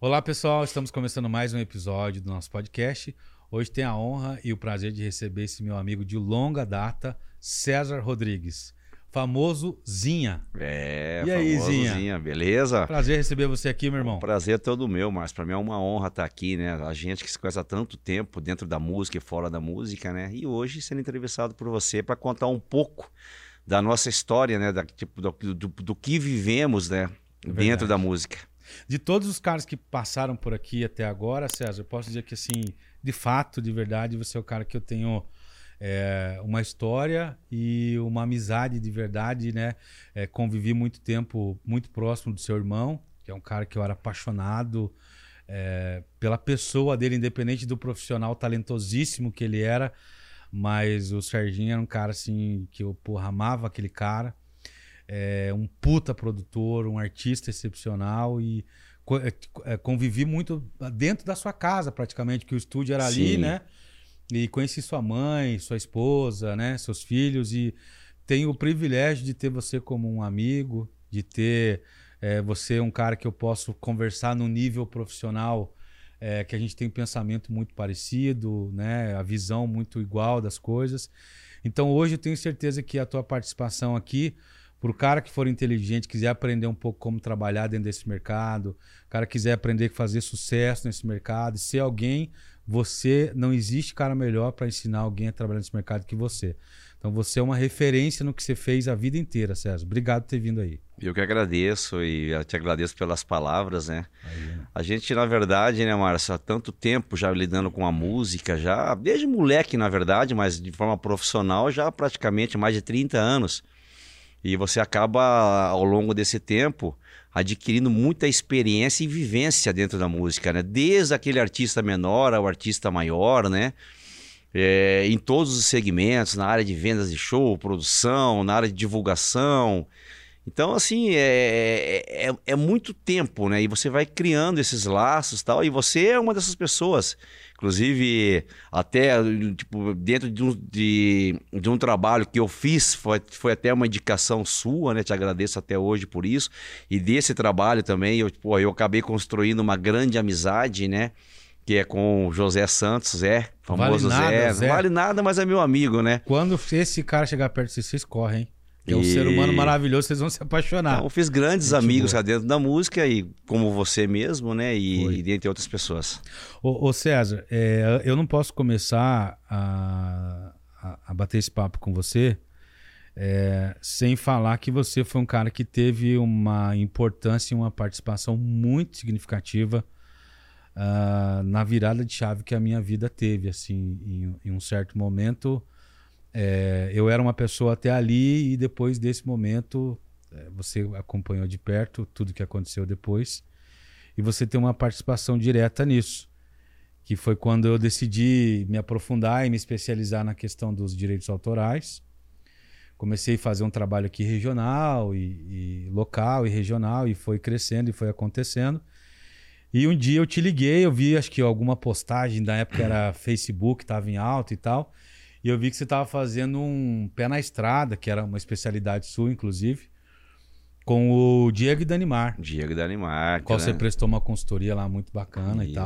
Olá, pessoal. Estamos começando mais um episódio do nosso podcast. Hoje tem a honra e o prazer de receber esse meu amigo de longa data, César Rodrigues, famoso Zinha. É, E aí, famoso Zinha? Zinha, beleza? Prazer receber você aqui, meu O irmão. prazer é todo meu, Márcio. Para mim é uma honra estar aqui, né? A gente que se conhece há tanto tempo dentro da música e fora da música, né? E hoje sendo entrevistado por você para contar um pouco da nossa história, né? Do que vivemos, né? Dentro da música. De todos os caras que passaram por aqui até agora, César, eu posso dizer que, assim, de fato, de verdade, você é o cara que eu tenho uma história e uma amizade de verdade, né? Convivi muito tempo, muito próximo do seu irmão, que é um cara que eu era apaixonado pela pessoa dele, independente do profissional talentosíssimo que ele era, mas o Serginho era um cara, assim, que eu, porra, amava aquele cara. Um puta produtor, um artista excepcional e convivi muito dentro da sua casa praticamente, que o estúdio era ali, né? E conheci sua mãe, sua esposa, né? Seus filhos e tenho o privilégio de ter você como um amigo, de ter você um cara que eu posso conversar no nível profissional, que a gente tem um pensamento muito parecido, né? A visão muito igual das coisas. Então hoje eu tenho certeza que a tua participação aqui, para o cara que for inteligente, quiser aprender um pouco como trabalhar dentro desse mercado, o cara quiser aprender a fazer sucesso nesse mercado, ser alguém, não existe cara melhor para ensinar alguém a trabalhar nesse mercado que você. Então você é uma referência no que você fez a vida inteira, César. Obrigado por ter vindo aí. Eu que agradeço e eu te agradeço pelas palavras, né? Aí, né? A gente, na verdade, né, Márcio, há tanto tempo já lidando com a música, já desde moleque, na verdade, mas de forma profissional já há praticamente mais de 30 anos. E você acaba, ao longo desse tempo, adquirindo muita experiência e vivência dentro da música, né? Desde aquele artista menor ao artista maior, né? Em todos os segmentos, na área de vendas de show, produção, na área de divulgação. Então, assim, é muito tempo, né? E você vai criando esses laços e tal, e você é uma dessas pessoas. Inclusive, até tipo, dentro de um trabalho que eu fiz, foi até uma indicação sua, né? Te agradeço até hoje por isso. E desse trabalho também, eu acabei construindo uma grande amizade, né? Que é com o José Santos, famoso Vale nada, Zé. Não vale nada, mas é meu amigo, né? Quando esse cara chegar perto de vocês correm, hein? É um ser humano maravilhoso, vocês vão se apaixonar. Então, eu fiz grandes amigos lá dentro da música, e como você mesmo, né? E dentre outras pessoas. Ô César, eu não posso começar a bater esse papo com você sem falar que você foi um cara que teve uma importância e uma participação muito significativa na virada de chave que a minha vida teve. Assim, em um certo momento, eu era uma pessoa até ali e depois desse momento você acompanhou de perto tudo que aconteceu depois e você tem uma participação direta nisso, que foi quando eu decidi me aprofundar e me especializar na questão dos direitos autorais. Comecei a fazer um trabalho aqui regional e local e regional, e foi crescendo e foi acontecendo. E um dia eu te liguei, eu vi acho que alguma postagem, da época era Facebook, estava em alta e tal, e eu vi que você estava fazendo um pé na estrada, que era uma especialidade sua, inclusive, com o Diego Danimar. Diego Danimar. Qual você prestou uma consultoria lá muito bacana e tal.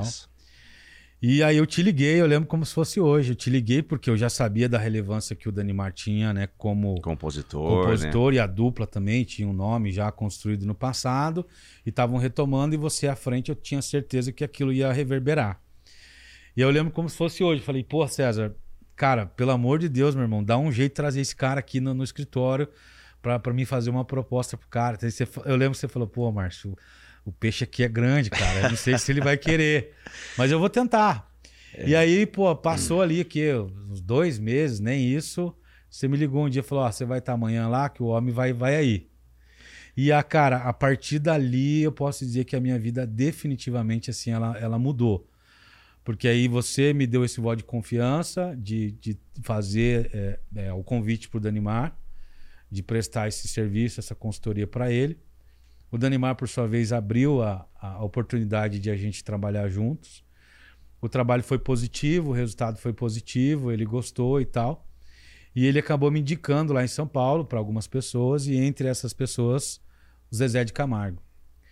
E aí eu te liguei, eu lembro como se fosse hoje. Eu te liguei porque eu já sabia da relevância que o Danimar tinha, né, como compositor, né? E a dupla também tinha um nome já construído no passado e estavam retomando, e você à frente, eu tinha certeza que aquilo ia reverberar. E eu lembro como se fosse hoje. Falei, pô, César, cara, pelo amor de Deus, meu irmão, dá um jeito de trazer esse cara aqui no escritório pra mim fazer uma proposta pro cara. Eu lembro que você falou, pô, Márcio, o peixe aqui é grande, cara. Eu não sei se ele vai querer, mas eu vou tentar. E aí, pô, passou ali aqui uns 2 meses, nem isso. Você me ligou um dia e falou, você vai estar amanhã lá, que o homem vai aí. E, cara, a partir dali, eu posso dizer que a minha vida definitivamente, assim, ela mudou. Porque aí você me deu esse voto de confiança, de fazer o convite pro Danimar, de prestar esse serviço, essa consultoria para ele. O Danimar, por sua vez, abriu a oportunidade de a gente trabalhar juntos. O trabalho foi positivo, o resultado foi positivo, ele gostou e tal. E ele acabou me indicando lá em São Paulo para algumas pessoas, e entre essas pessoas, o Zezé de Camargo.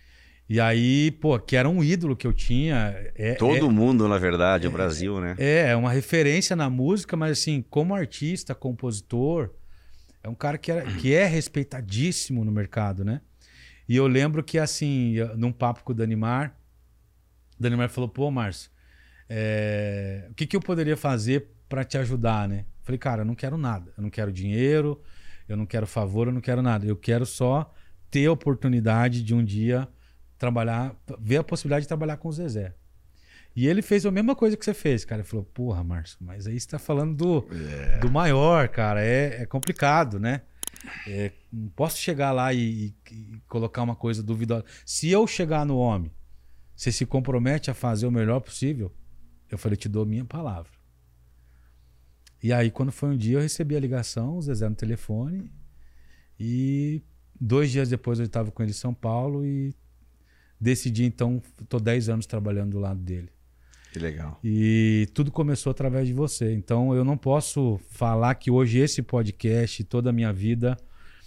E aí, pô, que era um ídolo que eu tinha. Todo mundo, na verdade, o Brasil, né? É uma referência na música, mas assim, como artista, compositor, é um cara que é respeitadíssimo no mercado, né? E eu lembro que, assim, num papo com o Danimar falou, pô, Márcio, o que eu poderia fazer para te ajudar, né? Falei, cara, eu não quero nada. Eu não quero dinheiro, eu não quero favor, eu não quero nada. Eu quero só ter a oportunidade de um dia trabalhar, ver a possibilidade de trabalhar com o Zezé. E ele fez a mesma coisa que você fez, cara. Ele falou, porra, Márcio, mas aí você tá falando do maior, cara. É complicado, né? Não posso chegar lá e colocar uma coisa duvidosa. Se eu chegar no homem, você se compromete a fazer o melhor possível? Eu falei, te dou minha palavra. E aí, quando foi um dia, eu recebi a ligação, o Zezé no telefone, e 2 dias depois eu estava com ele em São Paulo e decidi, então, estou 10 anos trabalhando do lado dele. Que legal. E tudo começou através de você. Então, eu não posso falar que hoje esse podcast, toda a minha vida,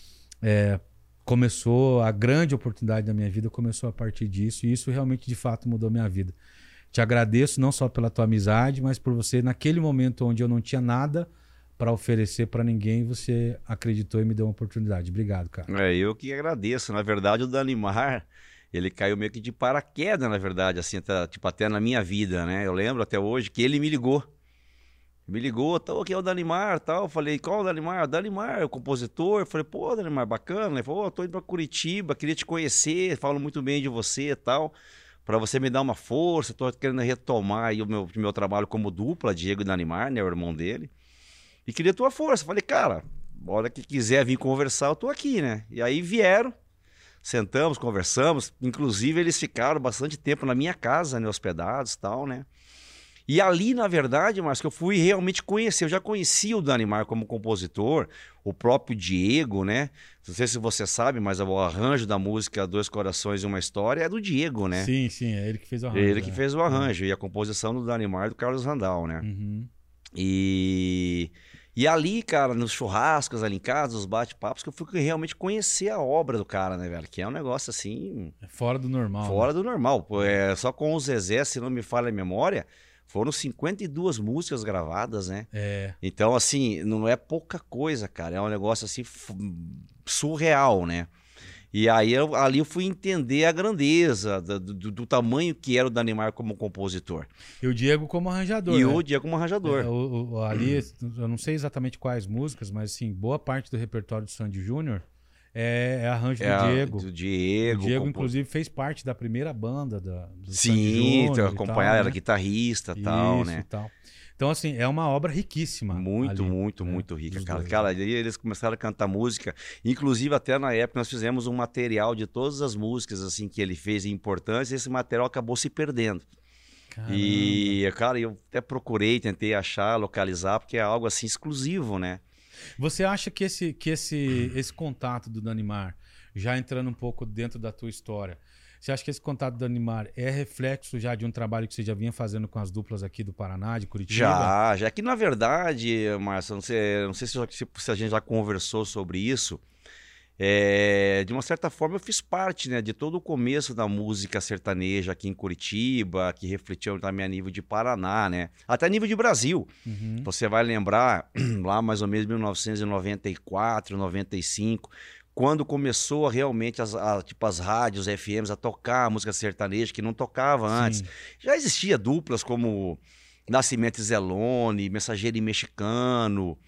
começou, a grande oportunidade da minha vida começou a partir disso, e isso realmente, de fato, mudou minha vida. Te agradeço não só pela tua amizade, mas por você, naquele momento onde eu não tinha nada para oferecer para ninguém, você acreditou e me deu uma oportunidade. Obrigado, cara. Eu que agradeço. Na verdade, o Danimar, ele caiu meio que de paraquedas, na verdade, assim, até na minha vida, né? Eu lembro até hoje que ele me ligou. Tal, aqui é o Danimar, tal. Eu falei, qual é o Danimar? Danimar, o compositor. Eu falei, pô, Danimar, bacana. Ele falou, tô indo pra Curitiba, queria te conhecer, falo muito bem de você e tal. Para você me dar uma força, tô querendo retomar aí o meu trabalho como dupla, Diego e Danimar, né, o irmão dele. E queria tua força. Falei, cara, a hora que quiser vir conversar, eu tô aqui, né? E aí vieram, sentamos, conversamos. Inclusive, eles ficaram bastante tempo na minha casa, né, hospedados e tal, né? E ali, na verdade, Márcio, que eu fui realmente conhecer. Eu já conhecia o Danimar como compositor, o próprio Diego, né? Não sei se você sabe, mas o arranjo da música Dois Corações e uma História é do Diego, né? Sim, é ele que fez o arranjo. Ele que fez o arranjo. E a composição do Danimar do Carlos Randall, né? Uhum. E ali, cara, nos churrascos ali em casa, os bate-papos, que eu fui realmente conhecer a obra do cara, né, velho? Que é um negócio assim... Fora do normal. Fora do normal. Pô, só com o Zezé, se não me falha a memória... Foram 52 músicas gravadas, né? Então, assim, não é pouca coisa, cara. É um negócio, assim, surreal, né? E aí, ali eu fui entender a grandeza do tamanho que era o Danimar como compositor. E o Diego como arranjador, E né? o Diego como arranjador. Ali, eu não sei exatamente quais músicas, mas, assim, boa parte do repertório do Sandy Júnior é arranjo do Diego. Do Diego. O Diego, inclusive, fez parte da primeira banda do Sim, Sandy Júnior acompanhar, né? Era guitarrista e tal, né? E tal. Então, assim, é uma obra riquíssima. Muito, ali, muito, né? muito rica, cara. Dois, Cara, aí eles começaram a cantar música. Inclusive, até na época, nós fizemos um material de todas as músicas assim que ele fez em importância, e esse material acabou se perdendo. Caramba. E, cara, eu até procurei, tentei achar, localizar, porque é algo assim exclusivo, né? Você acha que esse contato do Danimar, já entrando um pouco dentro da tua história, você acha que esse contato do Danimar é reflexo já de um trabalho que você já vinha fazendo com as duplas aqui do Paraná, de Curitiba? Já que na verdade, Márcio, não sei se a gente já conversou sobre isso. De uma certa forma eu fiz parte, né, de todo o começo da música sertaneja aqui em Curitiba, que refletiu também a nível de Paraná, né? Até a nível de Brasil. Uhum. Você vai lembrar lá mais ou menos 1994, 95, quando começou realmente as rádios FMs a tocar música sertaneja, que não tocava antes. Já existia duplas como Nascimento e Zelone, Mensageiro e Mexicano,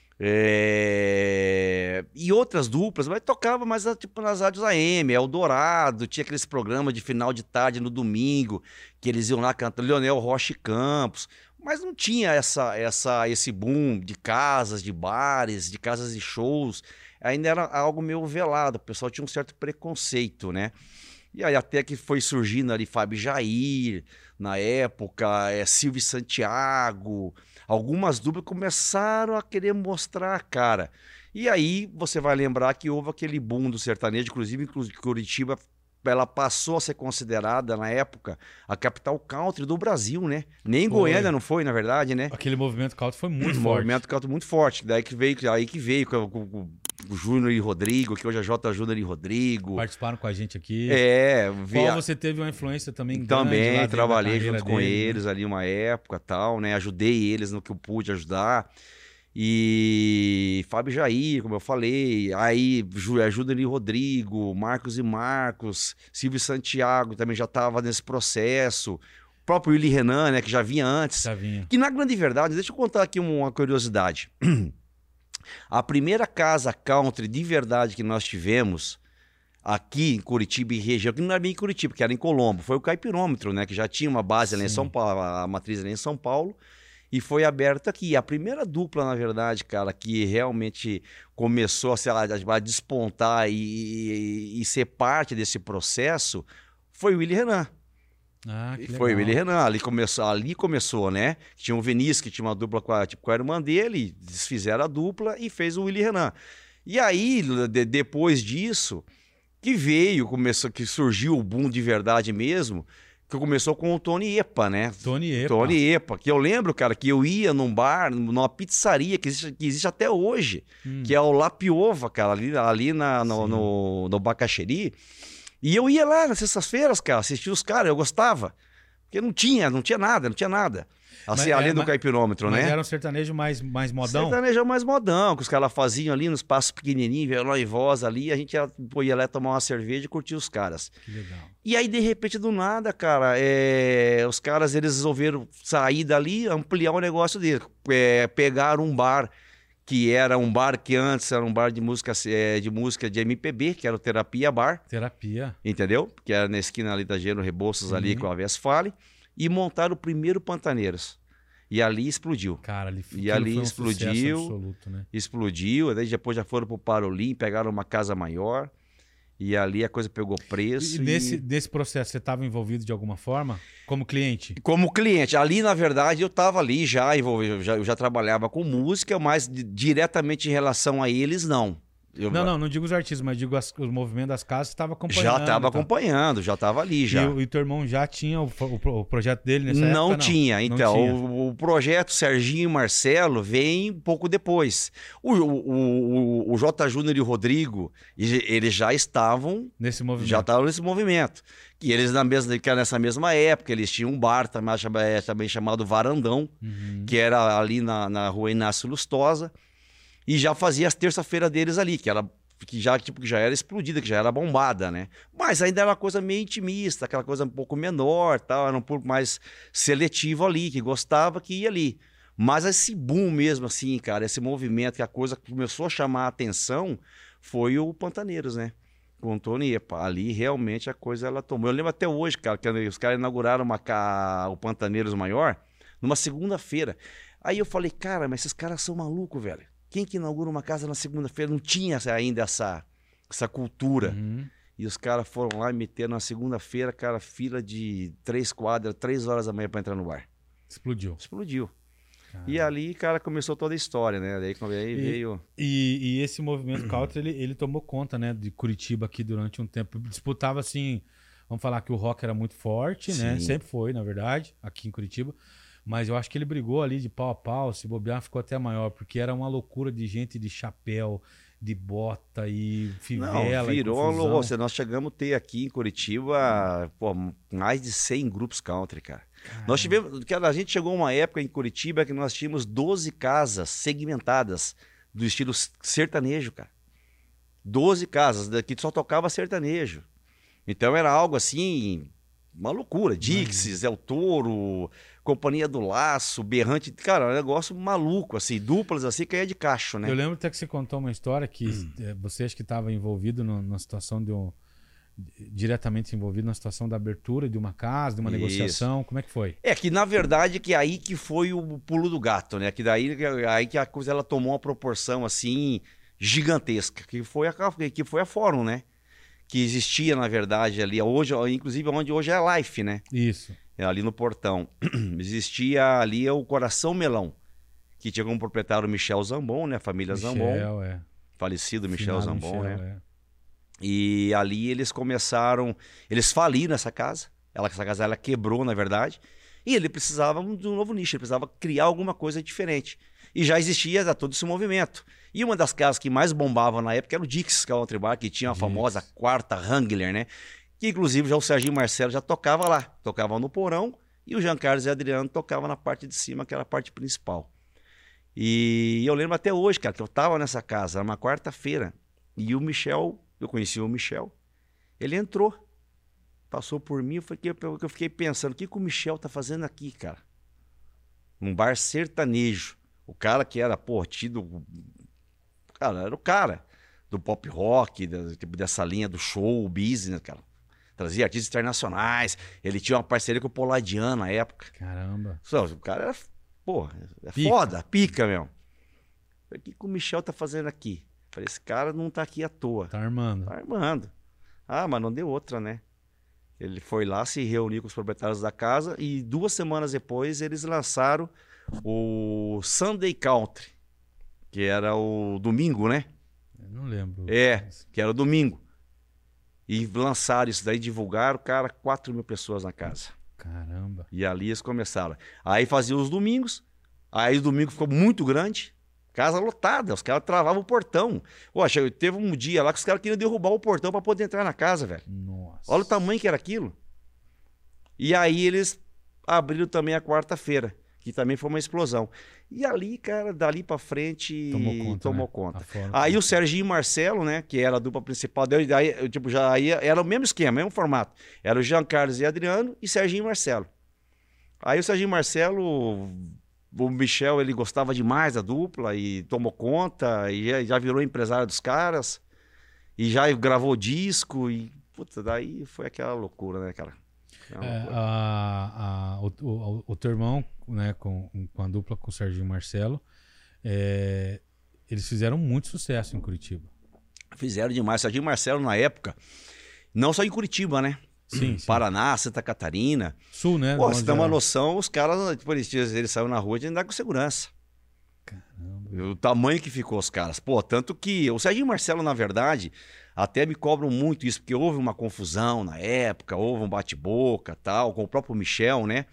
e outras duplas, mas tocava mais tipo nas rádios AM, Eldorado, tinha aqueles programas de final de tarde no domingo, que eles iam lá cantando, Leonel Rocha e Campos, mas não tinha esse boom de casas, de bares, de casas de shows, ainda era algo meio velado, o pessoal tinha um certo preconceito, né? E aí até que foi surgindo ali Fábio Jair, na época, Silvio Santiago, algumas duplas começaram a querer mostrar a cara. E aí você vai lembrar que houve aquele boom do sertanejo, inclusive Curitiba, ela passou a ser considerada, na época, a capital country do Brasil, né? Nem Goiânia não foi, na verdade, né? Aquele movimento country foi muito forte. Movimento country muito forte. Daí que veio o Júnior e Rodrigo, que hoje é J. Júnior e Rodrigo. Participaram com a gente aqui. Qual você teve uma influência também grande também, lá trabalhei junto com eles né? ali uma época tal, né? Ajudei eles no que eu pude ajudar. E Fábio Jair, como eu falei, aí Júnior e Rodrigo, Marcos e Marcos, Silvio e Santiago também já estava nesse processo. O próprio Willy Renan, né, que já vinha antes. Já vinha. Que na grande verdade, deixa eu contar aqui uma curiosidade. A primeira casa country de verdade que nós tivemos aqui em Curitiba e região, que não era bem em Curitiba, que era em Colombo, foi o Caipirômetro, né, que já tinha uma base ali em São Paulo, a matriz ali em São Paulo. E foi aberto aqui. A primeira dupla, na verdade, cara, que realmente começou a despontar e ser parte desse processo foi o Willy Renan. Ah, que foi legal. o Willy Renan. Ali começou, né? Tinha o Vinícius, que tinha uma dupla com a irmã dele, desfizeram a dupla e fez o Willy Renan. E aí, depois disso, que surgiu o boom de verdade mesmo, que começou com o Tony Epa, né? Tony Epa, que eu lembro, cara, que eu ia num bar, numa pizzaria que existe até hoje, que é o La Piova, cara, ali no Bacaxeri. E eu ia lá nas sextas-feiras, cara, assistir os caras, eu gostava. Porque não tinha nada. Assim, além do Caipirômetro, né? Mas era um sertanejo mais modão? Sertanejo mais modão, que os caras faziam ali no espaço pequenininho, violão e voz ali, a gente ia lá tomar uma cerveja e curtir os caras. Que legal. E aí, de repente, do nada, cara, os caras, eles resolveram sair dali, ampliar o negócio deles. Pegaram um bar, que era um bar que antes era um bar de música de MPB, que era o Terapia Bar. Terapia. Entendeu? Que era na esquina ali da Geno Rebouças, ali com a Westfale. E montaram o primeiro Pantaneiros. E ali explodiu. Cara, ali explodiu. Absoluto, né? Explodiu. Daí depois já foram pro Parolim, pegaram uma casa maior. E ali a coisa pegou preço. E nesse processo você estava envolvido de alguma forma? Como cliente? Como cliente. Ali, na verdade, eu estava ali já envolvido. Eu já trabalhava com música, mas diretamente em relação a eles, não. Não digo os artistas, mas digo os movimentos das casas, você estava acompanhando. Já estava acompanhando, já estava ali já. E o teu irmão já tinha o projeto dele nessa época? Não tinha. Então, o projeto Serginho e Marcelo vem um pouco depois. O J. Júnior e o Rodrigo, eles já estavam nesse movimento. Que eles nessa mesma época, eles tinham um bar também chamado Varandão, que era ali na rua Inácio Lustosa. E já fazia as terça-feiras deles ali, que já era explodida, que já era bombada, né? Mas ainda era uma coisa meio intimista, aquela coisa um pouco menor, tal, era um pouco mais seletivo ali, que gostava, que ia ali. Mas esse boom mesmo, assim, cara, esse movimento, que a coisa começou a chamar a atenção, foi o Pantaneiros, né? Com o Tony Epa. Ali realmente a coisa ela tomou. Eu lembro até hoje, cara, que os caras inauguraram o Pantaneiros maior numa segunda-feira. Aí eu falei, cara, mas esses caras são malucos, velho. Quem que inaugura uma casa na segunda-feira? Não tinha ainda essa cultura. E os caras foram lá e meteram na segunda-feira, cara, fila de 3 quadras, 3 horas da manhã para entrar no bar. Explodiu. Caramba. E ali, cara, começou toda a história, né? Daí veio... E esse movimento country, ele tomou conta, né, de Curitiba aqui durante um tempo. Disputava, assim, vamos falar que o rock era muito forte, né? Sempre foi, na verdade, aqui em Curitiba. Mas eu acho que ele brigou ali de pau a pau, se bobear ficou até maior, porque era uma loucura de gente de chapéu, de bota e fivela. Não, virou uma loucura. Nós chegamos a ter aqui em Curitiba mais de 100 grupos country, cara. Nós tivemos, a gente chegou a uma época em Curitiba que nós tínhamos 12 casas segmentadas do estilo sertanejo, cara. 12 casas, que só tocava sertanejo. Então era algo assim, uma loucura. Dixie, Zé o Toro, Companhia do Laço, Berrante. Cara, é um negócio maluco, assim, duplas assim, que é de cacho, né? Eu lembro até que você contou uma história que você acha que estava envolvido numa situação diretamente envolvido na situação da abertura de uma casa, de uma negociação. Como é que foi? Que na verdade que aí que foi o pulo do gato, né? Que daí aí que a coisa ela tomou uma proporção assim gigantesca, que foi a Fórum, né? Que existia na verdade ali hoje, inclusive onde hoje é a Life, né? Isso. Ali no portão. Existia ali o Coração Melão, que tinha como proprietário o Michel Zambon, né? A família Zambon. Falecido Michel Zambon, né? E ali eles faliram essa casa. Essa casa ela quebrou, na verdade. E ele precisava de um novo nicho, ele precisava criar alguma coisa diferente. E já existia todo esse movimento. E uma das casas que mais bombava na época era o Dix Country Bar, que tinha a famosa quarta Wrangler, né? Que inclusive já o Serginho Marcelo já tocava lá. Tocava no porão e o Jean Carlos e Adriano tocavam na parte de cima, que era a parte principal. E eu lembro até hoje, cara, que eu tava nessa casa, era uma quarta-feira. E o Michel, eu conheci o Michel, ele entrou, passou por mim, eu fiquei pensando, o que o Michel tá fazendo aqui, cara? Num bar sertanejo. O cara que era, pô, tido... Cara, era o cara do pop rock, tipo, dessa linha do show, business, cara. Trazia artistas internacionais. Ele tinha uma parceria com o Poladiano na época. Caramba. O cara era, pô, é Pica. foda, pica mesmo. O que o Michel tá fazendo aqui? Falei, esse cara não tá aqui à toa. Tá armando. Tá armando. Ah, mas não deu outra, né? Ele foi lá, se reuniu com os proprietários da casa e 2 semanas depois eles lançaram o Sunday Country, que era o domingo, né? Eu não lembro. Que era o domingo. E lançaram isso daí, divulgaram, cara, 4.000 pessoas na casa. Caramba. E ali eles começaram. Aí faziam os domingos, aí o domingo ficou muito grande, casa lotada, os caras travavam o portão. Poxa, teve um dia lá que os caras queriam derrubar o portão para poder entrar na casa, velho. Nossa. Olha o tamanho que era aquilo. E aí eles abriram também a quarta-feira, que também foi uma explosão. E ali, cara, dali pra frente tomou conta. Aí o Serginho e Marcelo, né, que era a dupla principal, daí, tipo, já ia, era o mesmo esquema, mesmo formato. Era o Jean Carlos e Adriano e Serginho e Marcelo. Aí o Serginho e Marcelo, o Michel, ele gostava demais da dupla e tomou conta, e já virou empresário dos caras, e já gravou disco, e puta, daí foi aquela loucura, né, cara? O teu irmão, né, com a dupla com o Serginho e Marcelo, eles fizeram muito sucesso em Curitiba. Fizeram demais. Serginho e Marcelo, na época, não só em Curitiba, né? Sim. Paraná, Santa Catarina. Sul, né? Pô, você tem uma noção, os caras, tipo, eles saíram na rua de andar com segurança. Caramba. O tamanho que ficou os caras. Pô, tanto que o Serginho e Marcelo, na verdade, até me cobram muito isso, porque houve uma confusão na época, houve um bate-boca, tal, com o próprio Michel, né?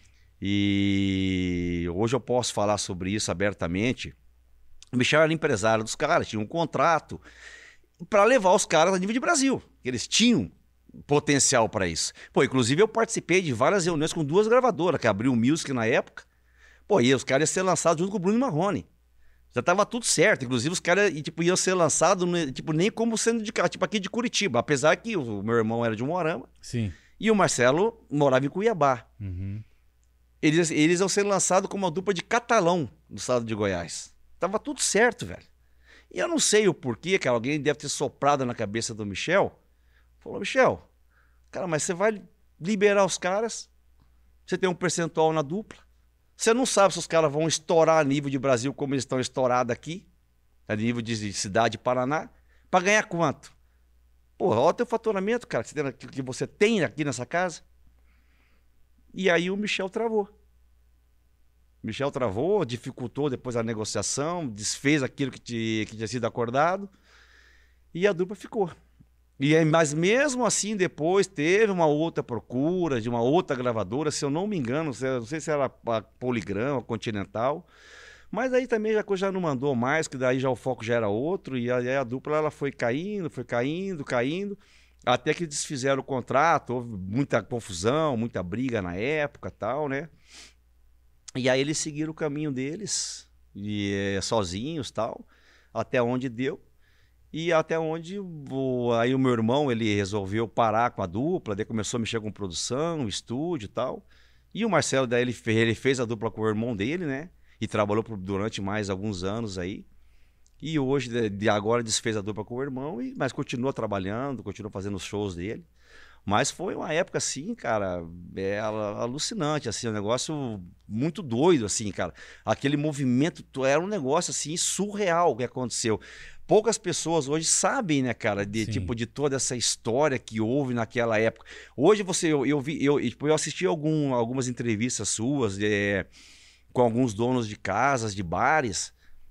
E hoje eu posso falar sobre isso abertamente. O Michel era empresário dos caras, tinha um contrato para levar os caras a nível de Brasil. Eles tinham potencial para isso. Pô, inclusive eu participei de várias reuniões com 2 gravadoras, que abriu o Music na época. Pô, e os caras iam ser lançados junto com o Bruno Marrone. Já tava tudo certo. Inclusive, os caras tipo, iam ser lançados, tipo, nem como sendo de tipo, aqui de Curitiba. Apesar que o meu irmão era de Umuarama. Sim. E o Marcelo morava em Cuiabá. Uhum. Eles iam ser lançados como uma dupla de Catalão no estado de Goiás. Tava tudo certo, velho. E eu não sei o porquê, cara. Alguém deve ter soprado na cabeça do Michel. Falou, Michel, cara, mas você vai liberar os caras? Você tem um percentual na dupla? Você não sabe se os caras vão estourar a nível de Brasil como eles estão estourados aqui, a nível de cidade de Paraná, para ganhar quanto? Pô, olha o teu faturamento, cara, que você tem aqui nessa casa. E aí o Michel travou. Michel travou, dificultou depois a negociação, desfez aquilo que tinha sido acordado e a dupla ficou. Mas mesmo assim, depois teve uma outra procura de uma outra gravadora, se eu não me engano, não sei se era a Poligram, a Continental, mas aí também a coisa já não mandou mais, que daí já o foco já era outro, e aí a dupla ela foi caindo, até que desfizeram o contrato, houve muita confusão, muita briga na época, tal, né? E aí eles seguiram o caminho deles, sozinhos, tal, até onde deu. E até onde aí o meu irmão ele resolveu parar com a dupla, daí começou a mexer com produção, estúdio e tal. E o Marcelo daí ele fez a dupla com o irmão dele, né? E trabalhou durante mais alguns anos aí. E hoje, agora desfez a dupla com o irmão, mas continua trabalhando, continua fazendo os shows dele. Mas foi uma época assim, cara, alucinante, assim, um negócio muito doido, assim, cara. Aquele movimento era um negócio assim surreal que aconteceu. Poucas pessoas hoje sabem, né, cara, tipo, de toda essa história que houve naquela época. Hoje eu assisti algumas entrevistas suas com alguns donos de casas, de bares.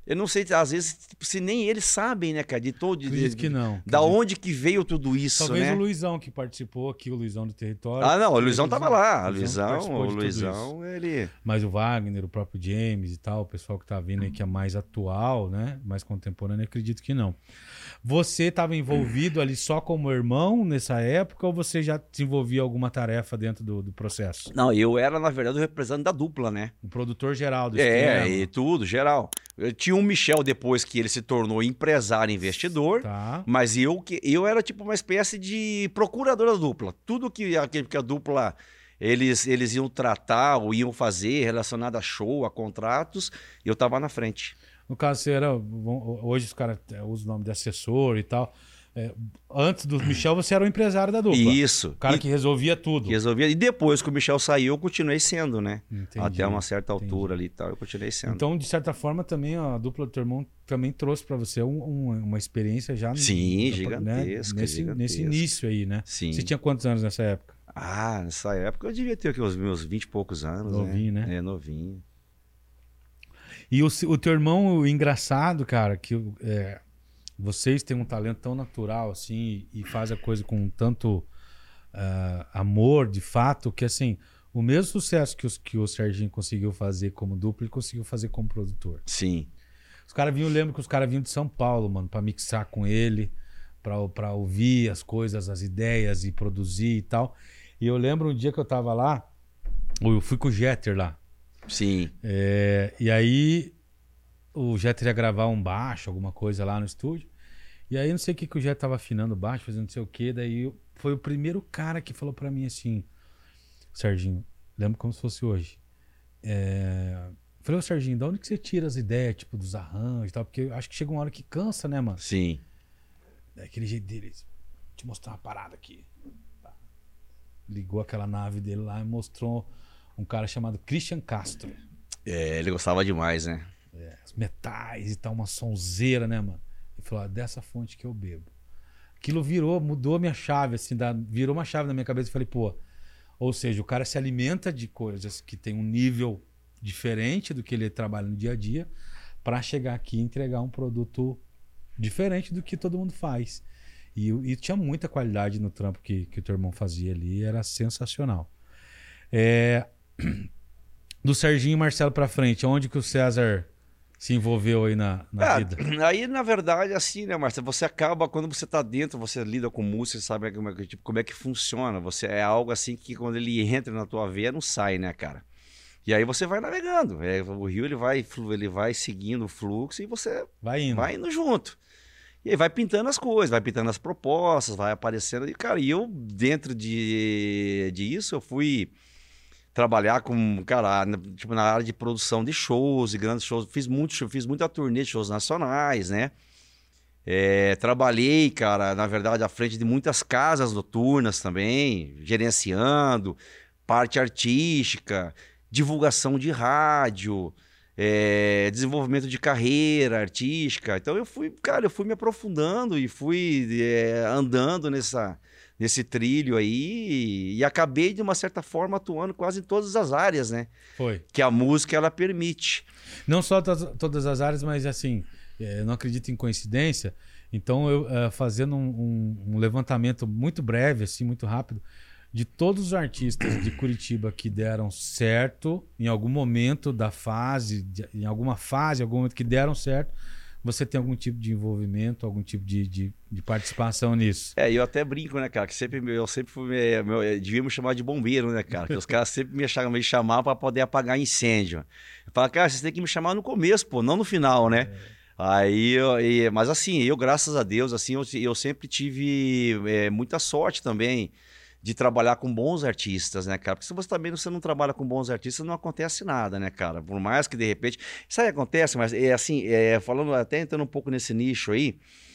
Eu não sei, às vezes, se nem eles sabem, né, cara, de todo... Acredito que não. Da onde que veio tudo isso, Talvez né? o Luizão que participou aqui, o Luizão do Território. Ah, não, o Luizão tava lá. O participou de tudo Luizão, ele... Mas o Wagner, o próprio James e tal, o pessoal que tá vindo aí que é mais atual, né? Mais contemporâneo, acredito que não. Você estava envolvido ali só como irmão nessa época ou você já desenvolvia alguma tarefa dentro do processo? Não, eu era, na verdade, o representante da dupla, né? O produtor geral do esquema. E tudo, geral. Eu tinha o Michel depois que ele se tornou empresário e investidor, Tá. mas eu era tipo uma espécie de procurador da dupla. Tudo que a dupla eles iam tratar ou iam fazer relacionado a show, a contratos, eu tava na frente. No caso, você era. Hoje os caras usam o nome de assessor e tal. Antes do Michel, você era o empresário da dupla. Isso. O cara que resolvia tudo. E depois que o Michel saiu, eu continuei sendo, né? Entendi, até uma certa altura ali e tal, eu continuei sendo. Então, de certa forma, também a dupla do teu irmão também trouxe para você uma experiência já... Sim, gigantesca, nesse início aí, né? Sim. Você tinha quantos anos nessa época? Ah, nessa época eu devia ter aqui, os meus 20 e poucos anos. Novinho, né? É, novinho. E o teu irmão, o engraçado, cara, que vocês têm um talento tão natural assim e fazem a coisa com tanto amor, de fato, que assim, o mesmo sucesso que o Serginho conseguiu fazer como dupla, ele conseguiu fazer como produtor. Sim. Os caras vinham, eu lembro que os caras vinham de São Paulo, mano, pra mixar com ele, pra ouvir as coisas, as ideias e produzir e tal. E eu lembro um dia que eu tava lá, eu fui com o Jeter lá. Sim. E aí o Jeter ia gravar um baixo, alguma coisa lá no estúdio. E aí não sei o que o Jeter tava afinando o baixo, fazendo não sei o que. Daí foi o primeiro cara que falou pra mim assim, Serginho, lembro como se fosse hoje. Falei, ô Serginho, de onde que você tira as ideias, tipo, dos arranjos e tal? Porque eu acho que chega uma hora que cansa, né, mano? Sim. Daquele jeito dele, te mostrar uma parada aqui. Tá. Ligou aquela nave dele lá e mostrou um cara chamado Christian Castro. Ele gostava demais, né? Os metais e tal, uma sonzeira, né, mano? Ele falou, dessa fonte que eu bebo. Aquilo mudou a minha chave, assim, virou uma chave na minha cabeça e falei, pô, ou seja, o cara se alimenta de coisas que tem um nível diferente do que ele trabalha no dia a dia para chegar aqui e entregar um produto diferente do que todo mundo faz. E tinha muita qualidade no trampo que o teu irmão fazia ali, era sensacional. Do Serginho e Marcelo para frente, onde que o César se envolveu aí na vida? Aí, na verdade, assim, né, Marcelo? Você acaba, quando você tá dentro, você lida com música, sabe como é que funciona. Você é algo assim que quando ele entra na tua veia, não sai, né, cara? E aí você vai navegando. O rio ele vai seguindo o fluxo e você vai indo junto. E aí vai pintando as coisas, vai pintando as propostas, vai aparecendo. E, cara, eu, dentro disso, eu fui trabalhar com, cara, tipo, na área de produção de shows e grandes shows. Fiz muita turnê de shows nacionais, né? Trabalhei, cara, na verdade, à frente de muitas casas noturnas também, gerenciando, parte artística, divulgação de rádio, desenvolvimento de carreira artística. Então eu fui me aprofundando e fui andando nesse trilho aí e acabei, de uma certa forma, atuando quase em todas as áreas, né? Foi. Que a música, ela permite. Não só todas as áreas, mas assim, eu não acredito em coincidência. Então, eu fazendo um levantamento muito breve, assim, muito rápido, de todos os artistas de Curitiba que deram certo em algum momento da fase, em algum momento que deram certo, você tem algum tipo de envolvimento, algum tipo de participação nisso? Eu até brinco, né, cara, que eu sempre fui, devia me chamar de bombeiro, né, cara, que os caras sempre me chamavam para poder apagar incêndio. Eu falo, cara, vocês têm que me chamar no começo, pô, não no final, né? Mas assim, graças a Deus, assim, eu sempre tive muita sorte também de trabalhar com bons artistas, né, cara? Porque se você não trabalha com bons artistas, não acontece nada, né, cara? Por mais que, de repente... Isso aí acontece, mas falando, até entrando um pouco nesse nicho aí,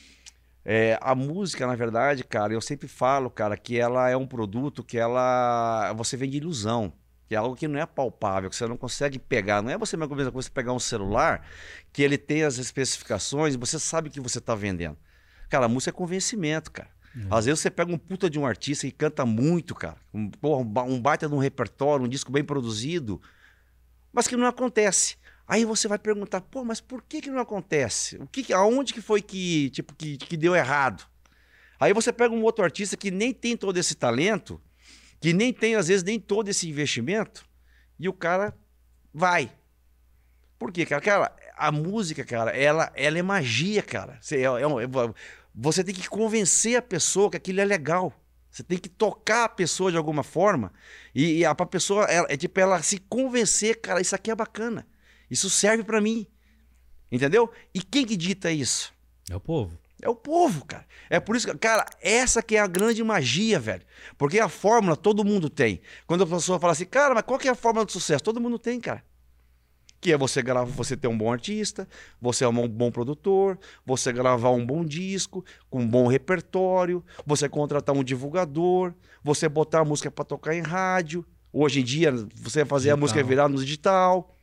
a música, na verdade, cara, eu sempre falo, cara, que ela é um produto que você vende ilusão, que é algo que não é palpável, que você não consegue pegar. Não é você mesma coisa que você pegar um celular, que ele tem as especificações e você sabe o que você tá vendendo. Cara, a música é convencimento, cara. Às vezes você pega um puta de um artista que canta muito, cara. Um baita de um repertório, um disco bem produzido, mas que não acontece. Aí você vai perguntar, pô, mas por que não acontece? Aonde que foi que, tipo, que deu errado? Aí você pega um outro artista que nem tem todo esse talento, que nem tem, às vezes, nem todo esse investimento, e o cara vai. Por quê, cara? Cara, a música, cara, ela é magia, cara. Você tem que convencer a pessoa que aquilo é legal. Você tem que tocar a pessoa de alguma forma e a pessoa, tipo, ela se convencer, cara, isso aqui é bacana. Isso serve pra mim. Entendeu? E quem que dita isso? É o povo. É o povo, cara. É por isso que, cara, essa que é a grande magia, velho. Porque a fórmula todo mundo tem. Quando a pessoa fala assim, cara, mas qual que é a fórmula do sucesso? Todo mundo tem, cara. Que é você ter um bom artista, você é um bom produtor, você gravar um bom disco, com um bom repertório, você contratar um divulgador, você botar a música para tocar em rádio. Hoje em dia, você fazer digital. A música virar no digital.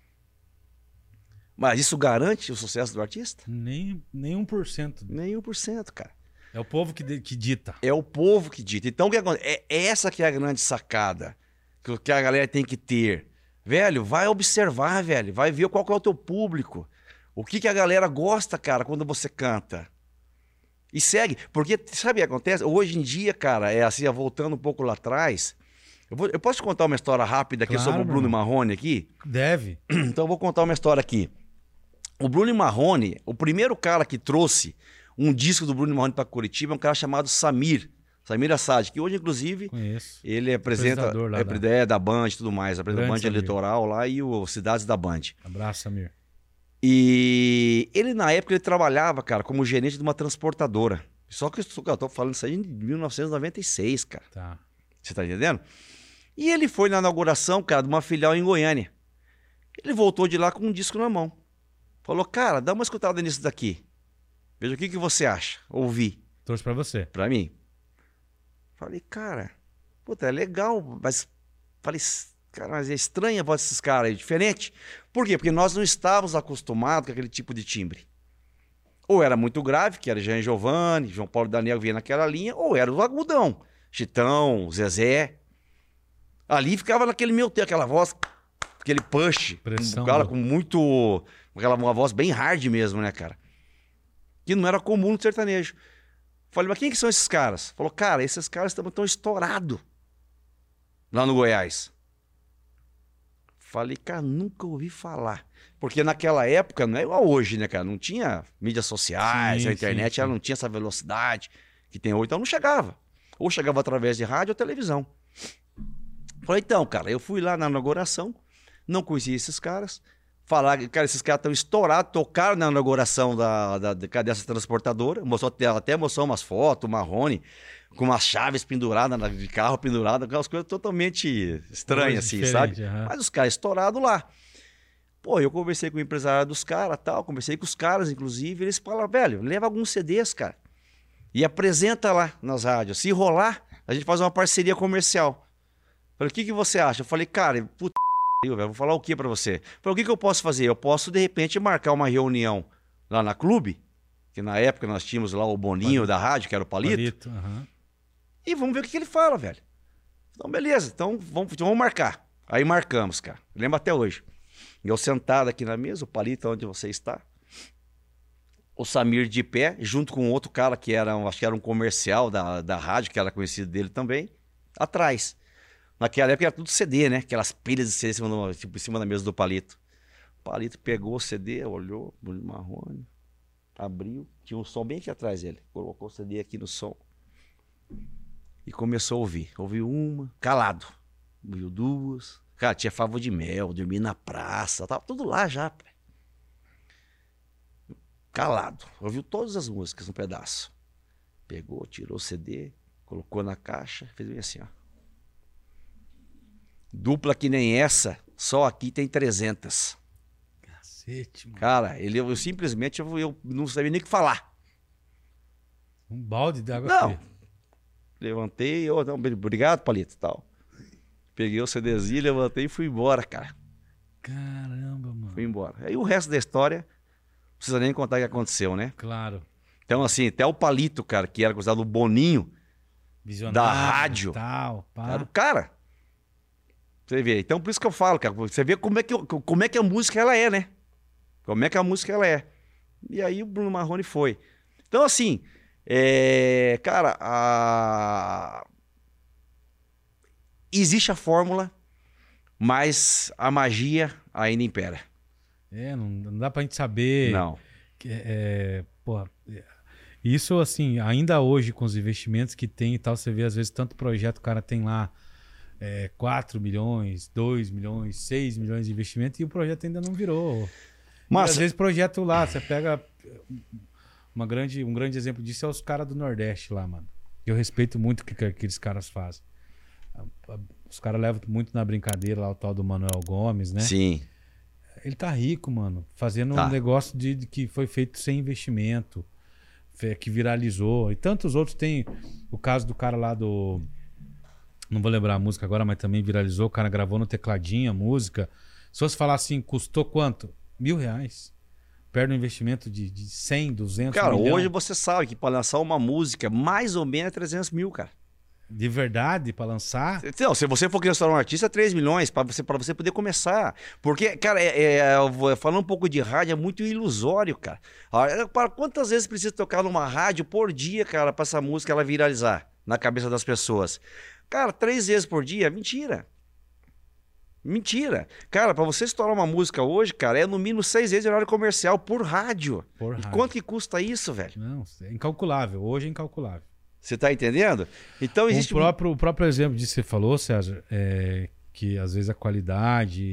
Mas isso garante o sucesso do artista? Nem 1%. Nem 1%, cara. É o povo que dita. É o povo que dita. Então, o que acontece? É essa que é a grande sacada que a galera tem que ter. Velho, vai observar, velho. Vai ver qual que é o teu público. O que a galera gosta, cara, quando você canta. E segue. Porque, sabe o que acontece? Hoje em dia, cara, é assim, voltando um pouco lá atrás. Eu posso te contar uma história rápida aqui sobre o Bruno Marrone aqui? Deve. Então eu vou contar uma história aqui. O Bruno Marrone, o primeiro cara que trouxe um disco do Bruno Marrone para Curitiba é um cara chamado Samir Assad, que hoje, inclusive, conheço. Ele apresenta da Band e tudo mais, apresenta a Band Eleitoral lá e o Cidades da Band. Abraço, Samir. E ele, na época, ele trabalhava, cara, como gerente de uma transportadora. Só que eu tô falando isso aí em 1996, cara. Tá. Você tá entendendo? E ele foi na inauguração, cara, de uma filial em Goiânia. Ele voltou de lá com um disco na mão. Falou, cara, dá uma escutada nisso daqui. Veja o que você acha. Ouvi. Trouxe pra você. Pra mim. Falei, cara, puta, é legal, mas falei, cara, mas é estranha a voz desses caras, é diferente. Por quê? Porque nós não estávamos acostumados com aquele tipo de timbre. Ou era muito grave, que era Jean Giovanni, João Paulo e Daniel vinha naquela linha, ou era o agudão, Chitão, Zezé. Ali ficava naquele meu tempo, aquela voz, aquele push, pressão, cara com muito, uma voz bem hard mesmo, né, cara? Que não era comum no sertanejo. Falei, mas quem que são esses caras? Falou, cara, esses caras estão estourados lá no Goiás. Falei, cara, nunca ouvi falar. Porque naquela época, não é igual hoje, né, cara? Não tinha mídias sociais, a internet ela não tinha essa velocidade que tem hoje, então não chegava. Ou chegava através de rádio ou televisão. Falei, então, cara, eu fui lá na inauguração, não conhecia esses caras. Falar que, cara, esses caras estão estourados, tocaram na inauguração dessa transportadora, até mostrou umas fotos, o Marrone, com umas chaves penduradas, de carro pendurado, aquelas coisas totalmente estranhas, assim, sabe? Uhum. Mas os caras estourados lá. Pô, eu conversei com o empresário dos caras, tal, conversei com os caras, inclusive, eles falaram, velho, leva alguns CDs, cara, e apresenta lá nas rádios. Se rolar, a gente faz uma parceria comercial. Falei, o que você acha? Eu falei, cara, puta, vou falar o que pra você? Falei, o que eu posso fazer? Eu posso, de repente, marcar uma reunião lá na Clube, que na época nós tínhamos lá o Boninho da rádio, que era o Palito. Uhum. E vamos ver o que ele fala, velho. Então, beleza, então vamos marcar. Aí marcamos, cara. Lembro até hoje. Eu sentado aqui na mesa, o Palito, onde você está. O Samir de pé, junto com outro cara que era, acho que era um comercial da rádio, que era conhecido dele também, atrás. Naquela época era tudo CD, né? Aquelas pilhas de CD em cima da mesa do Palito. O Palito pegou o CD, olhou, Bruno Marrone, abriu, tinha um som bem aqui atrás dele. Colocou o CD aqui no som e começou a ouvir. Ouviu uma, calado. Ouviu duas. Cara, tinha Favo de Mel, Dormir na Praça, tava tudo lá já. Calado. Ouviu todas as músicas, um pedaço. Pegou, tirou o CD, colocou na caixa, fez bem assim, ó. Dupla que nem essa, só aqui tem 300. Cacete, mano. Cara, eu simplesmente eu não sabia nem o que falar. Um balde de água Não. fria. Levantei, não, obrigado, Palito, tal. Peguei o CDzinho, levantei e fui embora, cara. Caramba, mano. Fui embora. Aí o resto da história, não precisa nem contar o que aconteceu, né? Claro. Então, assim, até o Palito, cara, que era considerado o Boninho Visionário, da rádio. Tal, pá. Era o cara. Você vê. Então, por isso que eu falo, cara. Você vê como é que a música ela é, né? Como é que a música ela é. E aí o Bruno Marrone foi. Então, assim, cara, existe a fórmula, mas a magia ainda impera. Não dá pra gente saber. Não. Porra, isso, assim, ainda hoje com os investimentos que tem e tal, você vê às vezes tanto projeto, o cara tem lá 4 milhões, 2 milhões, 6 milhões de investimento e o projeto ainda não virou. Mas às vezes projeto lá, você pega um grande exemplo disso é os caras do Nordeste lá, mano. Eu respeito muito o que aqueles caras fazem. Os caras levam muito na brincadeira lá o tal do Manuel Gomes, né? Sim. Ele tá rico, mano, fazendo Tá. um negócio de que foi feito sem investimento, que viralizou. E tantos outros. Tem o caso do cara lá do... Não vou lembrar a música agora, mas também viralizou. O cara gravou no tecladinho a música. Se fosse falar assim, custou quanto? R$1.000. Perde um investimento de 100, 200 Cara, milhão. hoje você sabe que para lançar uma música, mais ou menos é 300 mil, cara. De verdade, pra lançar? Não, se você for querer um artista, 3 milhões para você poder começar. Porque, cara, falando um pouco de rádio, é muito ilusório, cara. Para quantas vezes precisa tocar numa rádio por dia, cara, para essa música ela viralizar na cabeça das pessoas? Cara, 3 vezes por dia? Mentira. Mentira. Cara, para você estourar uma música hoje, cara, é no mínimo 6 vezes horário comercial por rádio. Por E rádio. quanto que custa isso, velho? Não, é incalculável. Hoje é incalculável. Você tá entendendo? Então existe... O próprio exemplo disso que você falou, César, que às vezes a qualidade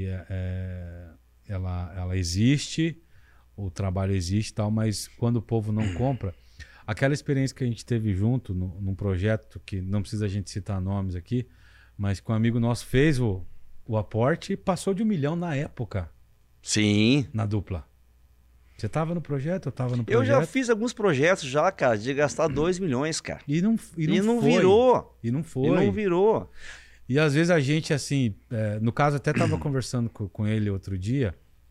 ela existe, o trabalho existe e tal, mas quando o povo não compra, aquela experiência que a gente teve junto num projeto, que não precisa a gente citar nomes aqui, mas que um amigo nosso fez o aporte e passou de 1 milhão na época. Sim. Na dupla. Você tava no projeto? Eu tava no Eu projeto. já fiz alguns projetos já, cara, de gastar 2 milhões, cara. E não foi. Virou. E não foi. E não virou. E às vezes a gente, assim, no caso, até tava conversando com ele outro dia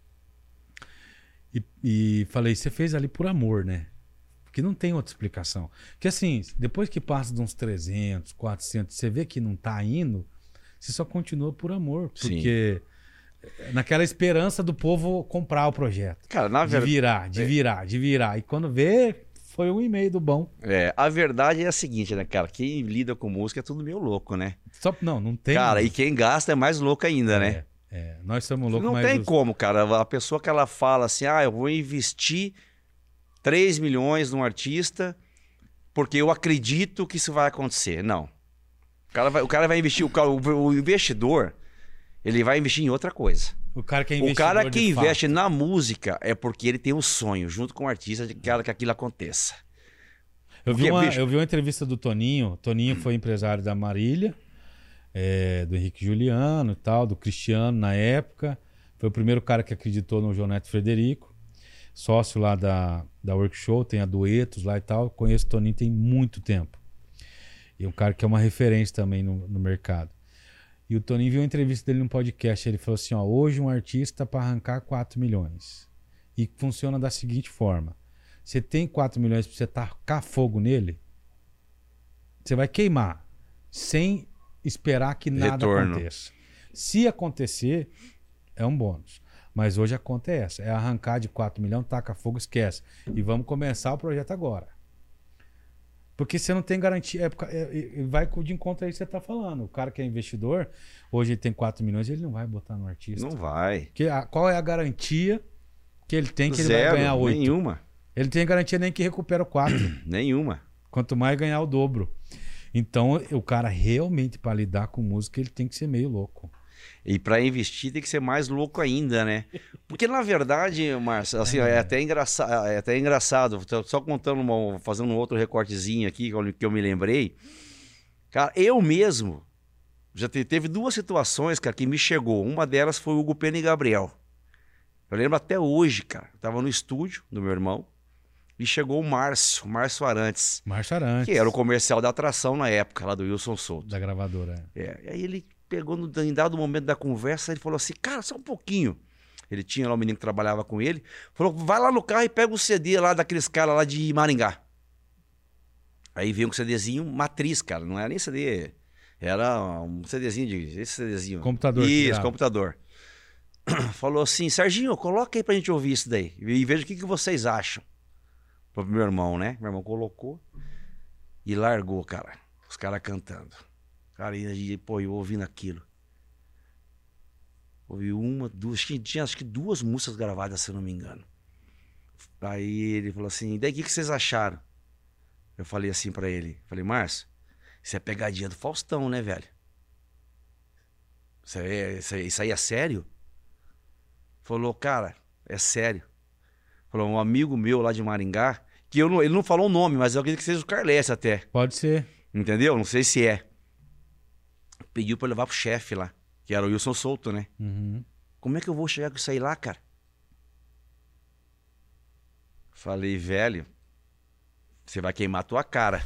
e falei, você fez ali por amor, né? Porque não tem outra explicação. Porque assim, depois que passa de uns 300, 400, você vê que não tá indo, você só continua por amor. Porque naquela esperança do povo comprar o projeto. Cara, na verdade... De virar. E quando vê, foi 1,5 do bom. A verdade é a seguinte, né, cara? Quem lida com música é tudo meio louco, né? Não tem. Cara, e quem gasta é mais louco ainda, né? Nós somos loucos, não tem como, cara. A pessoa que ela fala assim, eu vou investir 3 milhões num artista porque eu acredito que isso vai acontecer. Não. O cara vai investir, o investidor, ele vai investir em outra coisa. O cara que investe na música é porque ele tem um sonho, junto com o artista, de que aquilo aconteça. Eu vi uma entrevista do Toninho. O Toninho foi empresário da Marília, do Henrique Juliano e tal, do Cristiano na época. Foi o primeiro cara que acreditou no João Neto Frederico. Sócio lá da Workshow, tem a Duetos lá e tal. Conheço o Toninho tem muito tempo. E um cara que é uma referência também no mercado. E o Toninho viu uma entrevista dele num podcast. Ele falou assim, hoje um artista para arrancar 4 milhões. E funciona da seguinte forma. Você tem 4 milhões para você tacar fogo nele, você vai queimar sem esperar que nada aconteça. Se acontecer, é um bônus. Mas hoje a conta é essa. É arrancar de 4 milhões, taca fogo, esquece. E vamos começar o projeto agora. Porque você não tem garantia. Vai de encontro aí que você está falando. O cara que é investidor, hoje ele tem 4 milhões, ele não vai botar no artista. Não vai. Porque qual é a garantia que ele tem que ele Zero, vai ganhar 8? Nenhuma. Ele tem garantia nem que recupera o 4. Nenhuma. Quanto mais ganhar o dobro. Então, o cara realmente, para lidar com música, ele tem que ser meio louco. E para investir tem que ser mais louco ainda, né? Porque na verdade, Márcio, assim, é até engraçado. Só contando, fazendo um outro recortezinho aqui que eu me lembrei. Cara, eu mesmo já teve 2 situações, cara, que me chegou. Uma delas foi o Hugo Pena e Gabriel. Eu lembro até hoje, cara. Eu tava no estúdio do meu irmão e chegou o Márcio Arantes. Márcio Arantes. Que era o comercial da atração na época, lá do Wilson Souto. Da gravadora. E aí ele pegou em dado momento da conversa, ele falou assim, cara, só um pouquinho. Ele tinha lá um menino que trabalhava com ele, falou, vai lá no carro e pega o CD lá daqueles caras lá de Maringá. Aí veio um CDzinho matriz, cara, não era nem CD, era um CDzinho esse CDzinho. Computador. Isso, computador. falou assim, Serginho, coloca aí pra gente ouvir isso daí. E veja o que vocês acham. Pro meu irmão, né? Meu irmão colocou e largou, cara. Os caras cantando. Cara, e pô, eu ouvindo aquilo. Ouvi uma, duas, tinha acho que 2 músicas gravadas, se eu não me engano. Aí ele falou assim, e daí o que vocês acharam? Eu falei assim pra ele, falei, Márcio, isso é pegadinha do Faustão, né, velho? Isso aí é sério? Falou, cara, é sério. Falou, um amigo meu lá de Maringá, que ele não falou o nome, mas eu acredito que seja o Carles até. Pode ser. Entendeu? Não sei se é. Pediu pra eu levar pro chefe lá, que era o Wilson Souto, né? Uhum. Como é que eu vou chegar com isso aí lá, cara? Falei, velho, você vai queimar a tua cara.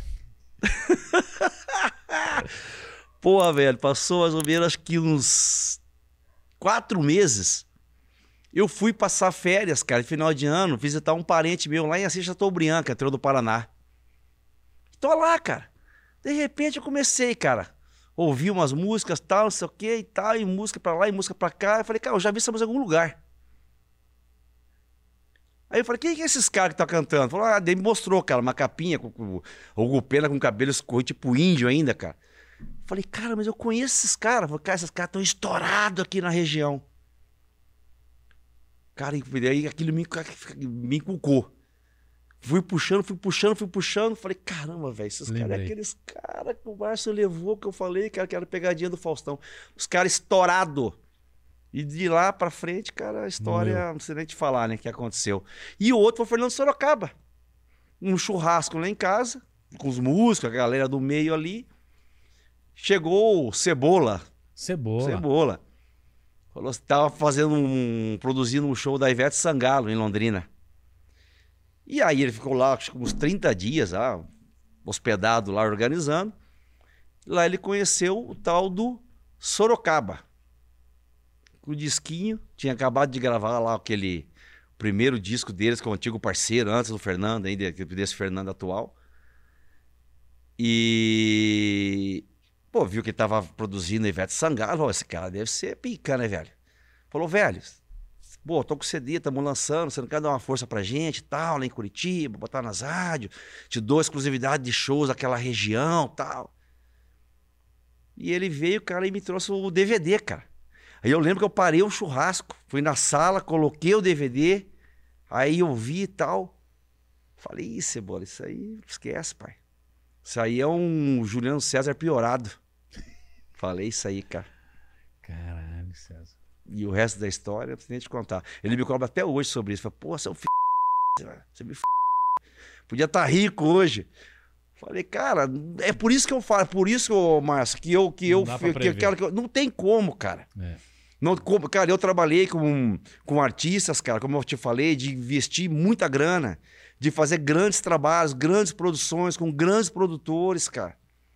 Porra, velho, passou mais ou menos acho que uns 4 meses. Eu fui passar férias, cara, final de ano, visitar um parente meu lá em Assis Chateaubriand, que é interior do Paraná. Tô lá, cara. De repente eu comecei, cara, ouvi umas músicas, tal, não sei o que e tal, e música pra lá e música pra cá. Eu falei, cara, eu já vi essa música em algum lugar. Aí eu falei, quem que é esses caras que tá cantando? Falou, daí me mostrou, cara, uma capinha, o pena com cabelo escorrido, tipo índio ainda, cara. Falei, cara, mas eu conheço esses caras. Falei, cara, esses caras estão estourados aqui na região. Cara, e aí aquilo me inculcou. Fui puxando. Falei, caramba, velho, esses caras é aqueles caras que o Márcio levou, que eu falei, cara, que era pegadinha do Faustão. Os caras estourados. E de lá pra frente, cara, a história, não sei nem te falar, né, o que aconteceu. E o outro foi o Fernando Sorocaba. Um churrasco lá em casa, com os músicos, a galera do meio ali. Chegou o Cebola. Falou que tava produzindo um show da Ivete Sangalo em Londrina. E aí ele ficou lá, acho que uns 30 dias, hospedado lá, organizando. Lá ele conheceu o tal do Sorocaba. O disquinho, tinha acabado de gravar lá aquele primeiro disco deles com o antigo parceiro, antes do Fernando, ainda desse Fernando atual. E... pô, viu que ele tava produzindo Ivete Sangalo, esse cara deve ser pica, né, velho? Falou, velho, pô, tô com CD, estamos lançando, você não quer dar uma força pra gente e tal, lá em Curitiba, botar nas rádios, te dou exclusividade de shows daquela região e tal. E ele veio, cara, e me trouxe o DVD, cara. Aí eu lembro que eu parei um churrasco, fui na sala, coloquei o DVD, aí eu vi e tal. Falei, ih, Cebola, isso aí esquece, pai. Isso aí é um Juliano César piorado. Falei isso aí, cara. Caralho, César. E o resto da história, não preciso nem te contar. Ele me cobra até hoje sobre isso. Fala, pô, você é um você me podia estar rico hoje. Falei, cara, é por isso que eu falo, por isso, Márcio, que eu quero que não tem como, cara. Não, cara, eu trabalhei com artistas, cara, como eu te falei, de investir muita grana, de fazer grandes trabalhos, grandes produções, com grandes produtores, cara.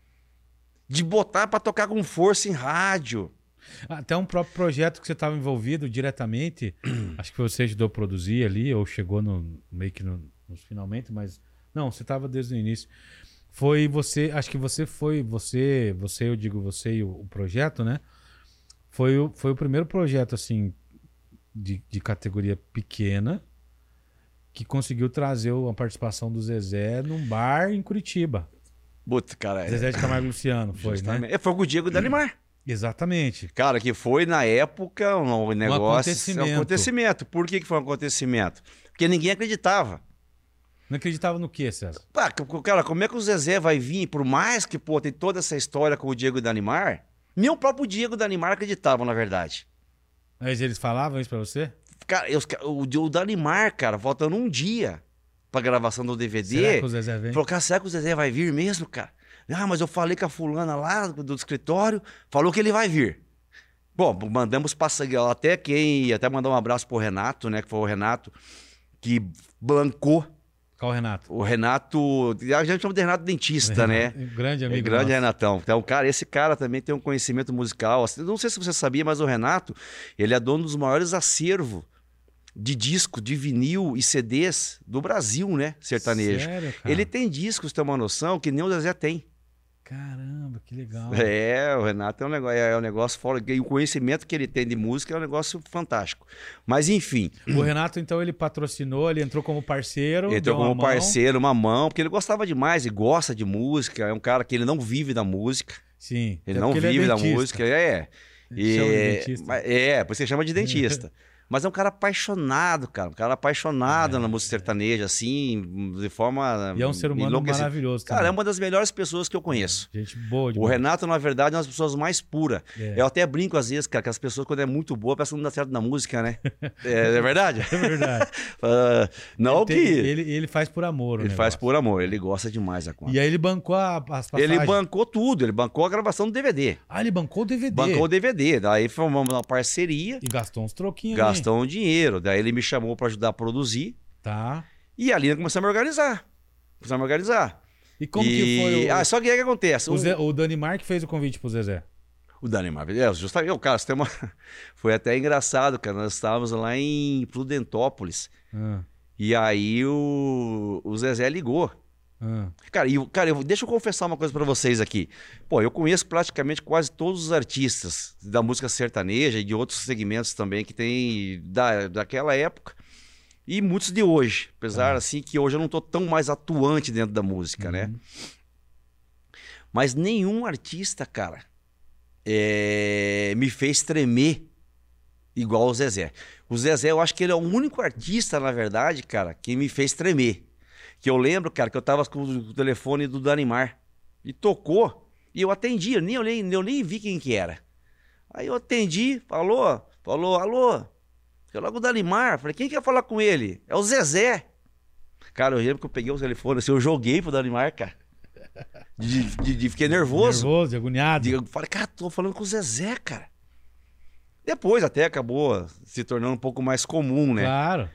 De botar pra tocar com força em rádio. Até um próprio projeto que você estava envolvido diretamente, acho que você ajudou a produzir ali, ou chegou meio que nos finalmente, mas não, você estava desde o início. Foi você, acho que eu digo você e o projeto, né? Foi o primeiro projeto, assim, de categoria pequena que conseguiu trazer a participação do Zezé num bar em Curitiba. Puta, cara. Zezé de Camargo e Luciano, foi, justamente, né? Foi com o Diego Danimar. Exatamente. Cara, que foi, na época, um negócio... Um acontecimento. Por que foi um acontecimento? Porque ninguém acreditava. Não acreditava no quê, César? Pá, cara, como é que o Zezé vai vir, por mais que, pô, tem toda essa história com o Diego Danimar, nem o próprio Diego Danimar acreditava, na verdade. Mas eles falavam isso pra você? Cara, o Danimar, cara, faltando um dia pra gravação do DVD... Será que o Zezé vem? Falou, cara, será que o Zezé vai vir mesmo, cara? Ah, mas eu falei com a fulana lá do escritório, falou que ele vai vir. Bom, mandamos passar até mandar um abraço pro Renato, né? Que foi o Renato que bancou. Qual o Renato? O Renato, a gente chama de Renato dentista, né? Grande amigo. Grande Renatão. Então, cara, esse cara também tem um conhecimento musical. Não sei se você sabia, mas o Renato, ele é dono dos maiores acervos de disco, de vinil e CDs do Brasil, né? Sertanejo. Sério, cara? Ele tem discos, tem uma noção, que nem o Zezé tem. Caramba, que legal. O Renato é um negócio fora. E o conhecimento que ele tem de música é um negócio fantástico. Mas, enfim. O Renato, então, ele patrocinou, ele entrou como parceiro. Ele entrou como parceiro, uma mão, porque ele gostava demais e gosta de música. É um cara que ele não vive da música. Sim. Ele não vive da música. Chama de dentista. Por isso que chama de dentista. Mas é um cara apaixonado, cara. Um cara apaixonado na música sertaneja, assim, de forma... E é um ser humano maravilhoso também. Cara, é uma das melhores pessoas que eu conheço. Gente boa demais. O Renato, na verdade, é uma das pessoas mais puras. É. Eu até brinco às vezes, cara, que as pessoas, quando é muito boa, parece que não dá certo na música, né? É verdade? É verdade. Não ele faz por amor. Ele faz por amor, ele gosta demais da conta. E aí ele bancou as passagens? Ele bancou tudo, ele bancou a gravação do DVD. Ah, ele bancou o DVD? Bancou o DVD, daí formamos uma parceria. E gastou uns troquinhos. Gastou um dinheiro, daí ele me chamou pra ajudar a produzir. Tá. E ali nós começamos a me organizar. E como que foi o... só que aí que acontece? O Danimar que fez o convite pro Zezé. O Danimar, justamente, cara, você tem uma... foi até engraçado, cara, nós estávamos lá em Prudentópolis. E aí o Zezé ligou. Cara, deixa eu confessar uma coisa pra vocês aqui. Pô, eu conheço praticamente quase todos os artistas da música sertaneja e de outros segmentos também que tem daquela época e muitos de hoje. Apesar assim que hoje eu não tô tão mais atuante dentro da música, né? Mas nenhum artista, cara, me fez tremer igual o Zezé. O Zezé, eu acho que ele é o único artista, na verdade, cara, que me fez tremer. Que eu lembro, cara, que eu tava com o telefone do Danimar. E tocou. E eu atendi, eu nem vi quem que era. Aí eu atendi, alô. Eu logo o Danimar. Falei, quem quer falar com ele? É o Zezé. Cara, eu lembro que eu peguei o telefone, assim, eu joguei pro Danimar, cara. Fiquei nervoso. Nervoso, agoniado. Eu falei, cara, tô falando com o Zezé, cara. Depois até acabou se tornando um pouco mais comum, né? Claro.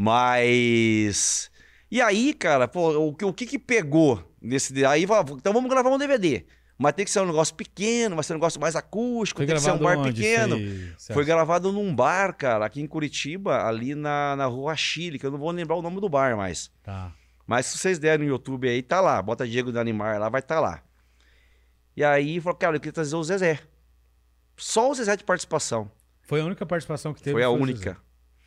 Mas... E aí, cara, pô, o que pegou nesse... Aí, então vamos gravar um DVD. Mas tem que ser um negócio pequeno, vai ser um negócio mais acústico, tem que ser um bar pequeno. Foi gravado num bar, cara, aqui em Curitiba, ali na Rua Chile, que eu não vou lembrar o nome do bar mais. Tá. Mas se vocês derem no YouTube aí, tá lá. Bota Diego Danimar lá, vai estar lá. E aí, falou, cara, eu queria trazer o Zezé. Só o Zezé de participação. Foi a única participação que teve? Foi a única.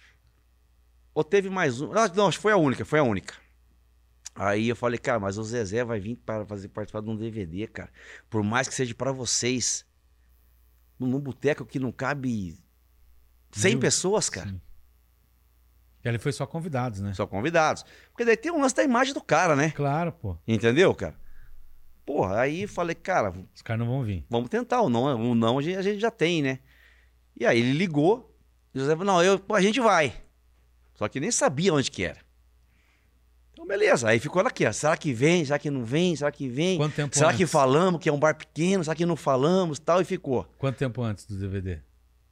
Ou teve mais um? Não, acho que foi a única. Aí eu falei, cara, mas o Zezé vai vir para participar de um DVD, cara. Por mais que seja para vocês. Num boteco que não cabe 100 pessoas, cara. Sim. E ali foi só convidados, né? Só convidados. Porque daí tem um lance da imagem do cara, né? Claro, pô. Entendeu, cara? Porra, aí falei, cara... Os caras não vão vir. Vamos tentar, o não a gente já tem, né? E aí ele ligou. E o Zezé falou, não, a gente vai. Só que nem sabia onde que era. Então, beleza. Aí ficou aqui, ó. Será que vem? Será que não vem? Será que vem? Quanto tempo Será antes? que falamos que é um bar pequeno? Será que não falamos? Tal, e ficou. Quanto tempo antes do DVD?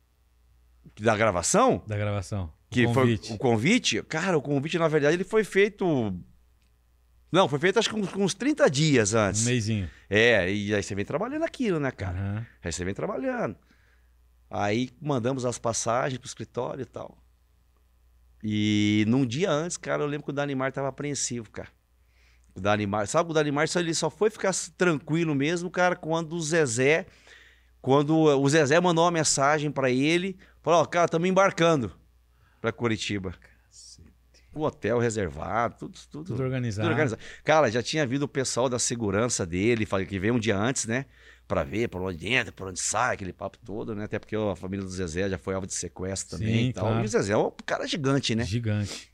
Da gravação? Da gravação. Que foi o convite? Cara, o convite, na verdade, ele foi feito... Não, foi feito acho que uns 30 dias antes. Um mesinho. E aí você vem trabalhando aquilo, né, cara? Uhum. Aí você vem trabalhando. Aí mandamos as passagens pro escritório e tal. E num dia antes, cara, eu lembro que o Danimar tava apreensivo, cara. O Danimar, sabe, o Danimar ele só foi ficar tranquilo mesmo, cara, quando o Zezé mandou uma mensagem pra ele, falou, ó, cara, estamos embarcando pra Curitiba. Cacete. O hotel reservado, tudo organizado. Cara, já tinha vindo o pessoal da segurança dele, que veio um dia antes, né? Pra ver por onde entra, por onde sai, aquele papo todo, né? Até porque a família do Zezé já foi alvo de sequestro também. Sim, e tal. Claro. E o Zezé é um cara gigante, né? Gigante.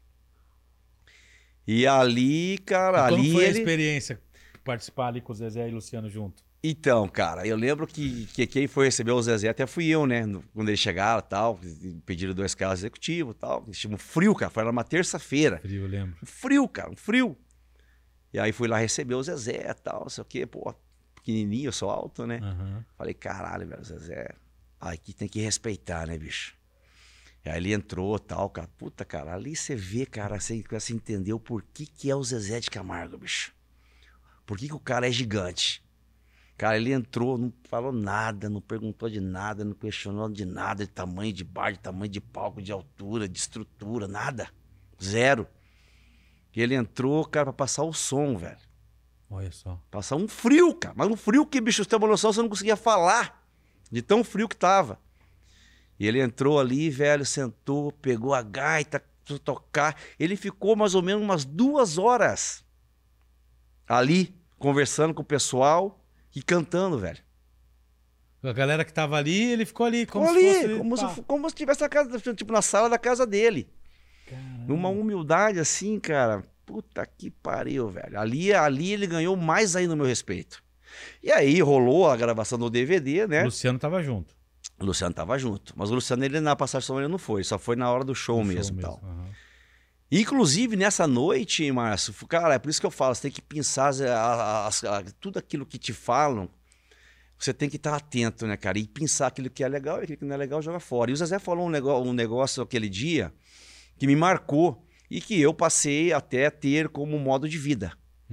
E ali, cara, como foi a experiência participar ali com o Zezé e o Luciano junto? Então, cara, eu lembro que quem foi receber o Zezé até fui eu, né? Quando eles chegaram e tal, pediram 2 carros executivos e tal. Um frio, cara, foi uma terça-feira. Frio, eu lembro. Frio, cara, um frio. E aí fui lá receber o Zezé e tal, não sei o quê, pô, pequenininho, eu sou alto, né? Uhum. Falei, caralho, velho, Zezé, aqui tem que respeitar, né, bicho? E aí ele entrou e tal, cara, puta, cara, ali você vê, cara, você entendeu por que é o Zezé de Camargo, bicho. Por que o cara é gigante? Cara, ele entrou, não falou nada, não perguntou de nada, não questionou de nada, de tamanho de bar, de tamanho de palco, de altura, de estrutura, nada. Zero. E ele entrou, cara, pra passar o som, velho. Olha só. Passar um frio, cara. Mas um frio que, bicho, você tem uma noção, você não conseguia falar. De tão frio que tava. E ele entrou ali, velho, sentou, pegou a gaita pra tocar. Ele ficou mais ou menos umas 2 horas ali, conversando com o pessoal e cantando, velho. A galera que tava ali, ele ficou ali, Ficou como ali, se fosse... como se estivesse na casa, tipo, na sala da casa dele. Caramba. Numa humildade assim, cara. Puta que pariu, velho. Ali ele ganhou mais ainda o meu respeito. E aí rolou a gravação do DVD, né? O Luciano tava junto. O Luciano tava junto. Mas o Luciano, ele na passagem som, ele não foi. Só foi na hora do show mesmo e tal. Uhum. Inclusive, nessa noite, Márcio, cara, é por isso que eu falo, você tem que pensar tudo aquilo que te falam, você tem que estar atento, né, cara? E pensar aquilo que é legal e aquilo que não é legal, joga fora. E o Zezé falou um negócio aquele dia que me marcou e que eu passei até a ter como modo de vida.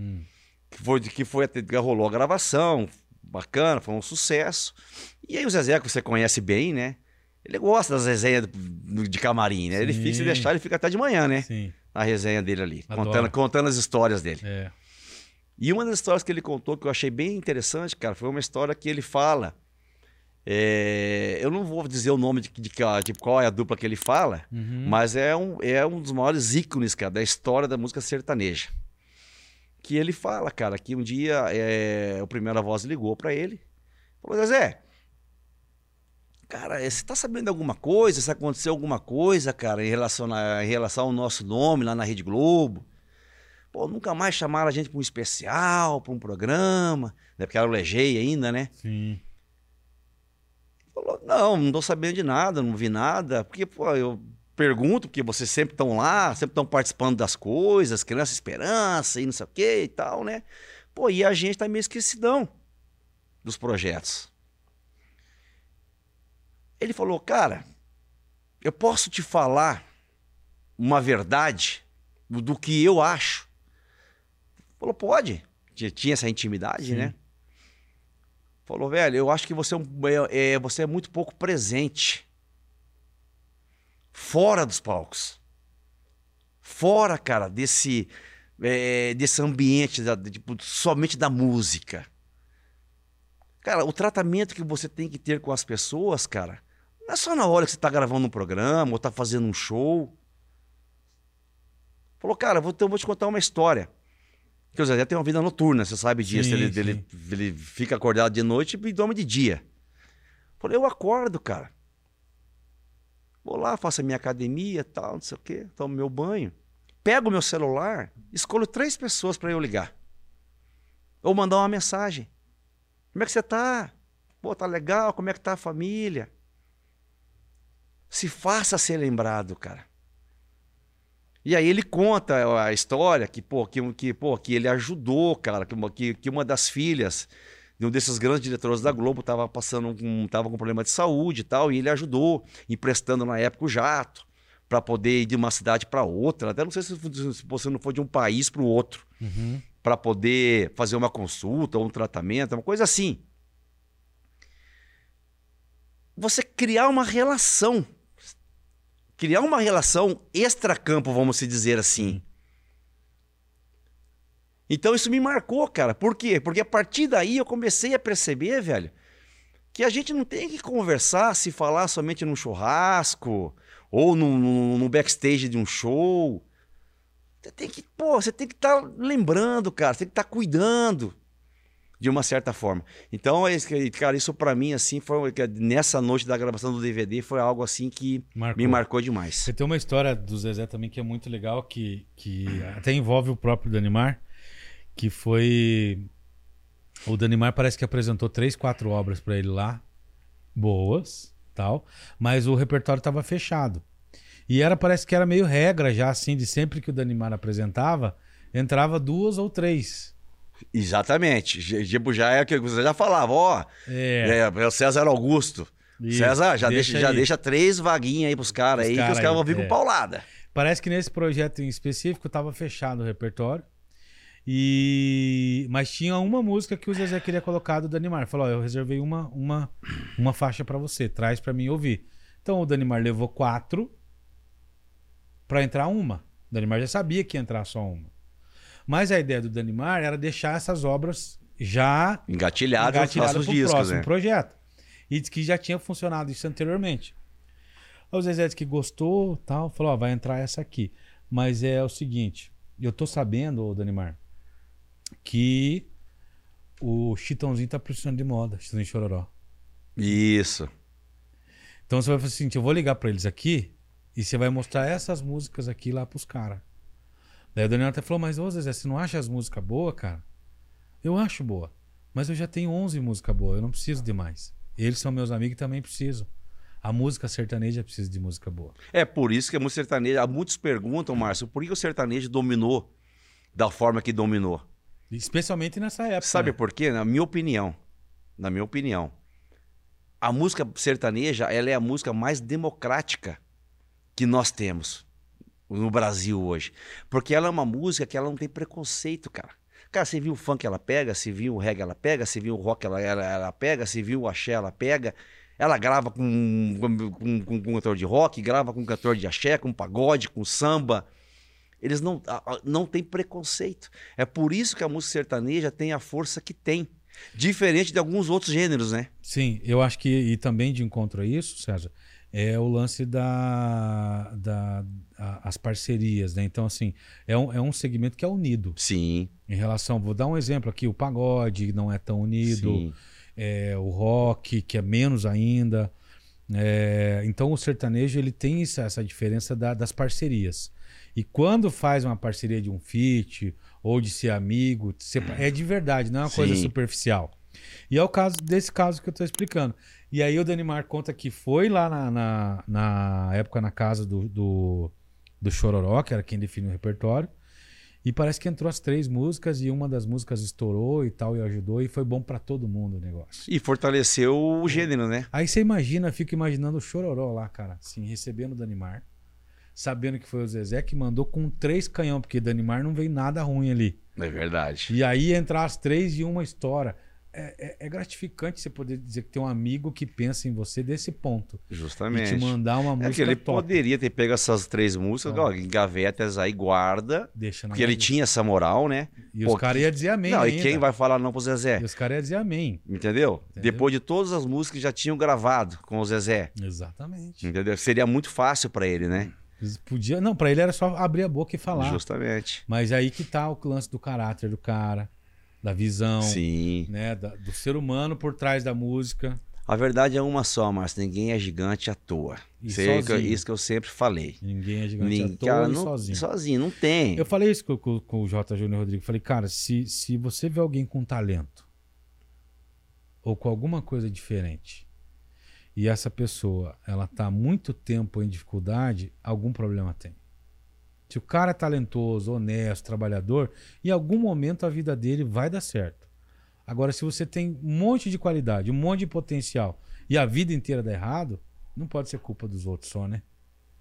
Que rolou a gravação, bacana, foi um sucesso. E aí o Zezé, que você conhece bem, né? Ele gosta das resenhas de camarim, né? Sim. Ele fica, se deixar, ele fica até de manhã, né? Sim. A resenha dele ali, Adoro. contando as histórias dele. É. E uma das histórias que ele contou, que eu achei bem interessante, cara, foi uma história que ele fala. Eu não vou dizer o nome de qual é a dupla que ele fala, mas é um dos maiores ícones, cara, da história da música sertaneja. Que ele fala, cara, que um dia o Primeira Voz ligou pra ele. Falou, Zezé, cara, você tá sabendo de alguma coisa? Se aconteceu alguma coisa, cara, em relação ao nosso nome lá na Rede Globo? Pô, nunca mais chamaram a gente pra um especial, pra um programa, né? Porque era o Legei ainda, né? Sim. Falou, não tô sabendo de nada, não vi nada. Porque, pô, eu pergunto, porque vocês sempre estão lá, sempre estão participando das coisas, Criança Esperança e não sei o que e tal, né? Pô, e a gente tá meio esquecidão dos projetos. Ele falou, cara, eu posso te falar uma verdade do que eu acho? Falou, pode. Tinha essa intimidade, sim, né? Falou, velho, eu acho que você é muito pouco presente. Fora dos palcos. Fora, cara, desse ambiente somente da música. Cara, o tratamento que você tem que ter com as pessoas, cara, não é só na hora que você tá gravando um programa ou tá fazendo um show. Falou, cara, eu vou te contar uma história. Porque o Zezé tem uma vida noturna, você sabe disso. Sim, ele fica acordado de noite e dorme de dia. Falei, eu acordo, cara. Vou lá, faço a minha academia, tal, não sei o quê, tomo meu banho. Pego o meu celular, escolho 3 pessoas para eu ligar. Ou mandar uma mensagem. Como é que você tá? Pô, tá legal? Como é que tá a família? Se faça ser lembrado, cara. E aí ele conta a história que ele ajudou, cara, que uma das filhas de um desses grandes diretores da Globo tava com problema de saúde e tal, e ele ajudou, emprestando na época o jato, para poder ir de uma cidade para outra, até não sei se você não for de um país para o outro, para poder fazer uma consulta ou um tratamento, uma coisa assim. Você criar uma relação extracampo, vamos dizer assim. Então isso me marcou, cara. Por quê? Porque a partir daí eu comecei a perceber, velho, que a gente não tem que conversar, se falar somente num churrasco ou no backstage de um show. Você tem que estar lembrando, cara. Você tem que estar cuidando de uma certa forma. Então, cara, isso pra mim, assim, nessa noite da gravação do DVD, foi algo assim que me marcou demais. Você tem uma história do Zezé também que é muito legal, que até envolve o próprio Danimar, que foi... O Danimar parece que apresentou 3, 4 obras pra ele lá, boas, tal, mas o repertório tava fechado. E parece que era meio regra já, assim, de sempre que o Danimar apresentava, entrava 2 ou 3. Exatamente. Tipo, já é o que você já falava, ó. É o César Augusto. Isso, César, já deixa 3 vaguinhas aí pros caras aí, que os caras vão vir com paulada. Parece que nesse projeto em específico tava fechado o repertório. Mas tinha uma música que o Zezé queria colocar do Danimar. Falou, ó, eu reservei uma faixa pra você, traz pra mim ouvir. Então o Danimar levou 4 pra entrar uma. O Danimar já sabia que ia entrar só uma. Mas a ideia do Danimar era deixar essas obras já Engatilhadas nos nossos pro discos, próximo né? projeto. E disse que já tinha funcionado isso anteriormente. Aí o Zezé disse que gostou, tal, falou, ó, vai entrar essa aqui. Mas é o seguinte, eu tô sabendo, ô Danimar, que o Chitãozinho tá precisando de moda, Chitãozinho Chororó. Isso. Então você vai fazer o seguinte, eu vou ligar pra eles aqui e você vai mostrar essas músicas aqui lá pros caras. Daí o Daniel até falou, mas ô Zezé, você não acha as músicas boas, cara? Eu acho boa, mas eu já tenho 11 músicas boas, eu não preciso de mais. Eles são meus amigos e também precisam. A música sertaneja precisa de música boa. É por isso que a música sertaneja... Muitos perguntam, Márcio, por que o sertanejo dominou da forma que dominou? Especialmente nessa época. Sabe né? por quê? Na minha opinião, a música sertaneja, ela é a música mais democrática que nós temos no Brasil hoje. Porque ela é uma música que ela não tem preconceito, cara. Cara, você viu o funk, ela pega, se viu o reggae, ela pega, se viu o rock, ela pega, se viu o axé, ela pega. Ela grava com um cantor de rock, grava com um cantor de axé, com pagode, com samba. Eles não têm preconceito. É por isso que a música sertaneja tem a força que tem. Diferente de alguns outros gêneros, né? Sim, eu acho que, e também de encontro a isso, César, é o lance as parcerias, né? Então, assim, é um segmento que é unido. Sim. Em relação, vou dar um exemplo aqui, o pagode não é tão unido, Sim. O rock, que é menos ainda. Então, o sertanejo ele tem essa diferença das parcerias. E quando faz uma parceria de um feat ou de ser amigo, é de verdade, não é uma coisa Sim. superficial. E é o caso desse caso que eu estou explicando. E aí o Danimar conta que foi lá na época na casa do Chororó, que era quem define o repertório, e parece que entrou as 3 músicas e uma das músicas estourou e tal, e ajudou, e foi bom pra todo mundo o negócio. E fortaleceu o gênero, né? Aí você imagina, fica imaginando o Chororó lá, cara, assim, recebendo o Danimar, sabendo que foi o Zezé que mandou com 3 canhão, porque Danimar não veio nada ruim ali. É verdade. E aí entrar as 3 e uma história. É gratificante você poder dizer que tem um amigo que pensa em você desse ponto. Justamente. E te mandar uma música que ele top. poderia ter pego essas 3 músicas, ó, engavetas aí, guarda. Deixa na Porque ele gaveta. tinha essa moral, né? E os caras iam dizer amém Não, ainda. e quem vai falar não pro Zezé? E os caras iam dizer amém. Entendeu? Depois de todas as músicas que já tinham gravado com o Zezé. Exatamente. Entendeu? Seria muito fácil pra ele, né? Podia, não, pra ele era só abrir a boca e falar. Justamente. Mas aí que tá o lance do caráter do cara, da visão, Sim. né, do ser humano por trás da música. A verdade é uma só, Márcio. Ninguém é gigante à toa. E Isso que eu sempre falei. Ninguém é gigante à toa Cara, e não, sozinho. Sozinho, não tem. Eu falei isso com o J. Júnior Rodrigues. Falei, cara, se você vê alguém com talento ou com alguma coisa diferente e essa pessoa ela tá há muito tempo em dificuldade, algum problema tem. Se o cara é talentoso, honesto, trabalhador, em algum momento a vida dele vai dar certo. Agora, se você tem um monte de qualidade, um monte de potencial e a vida inteira dá errado, não pode ser culpa dos outros só, né?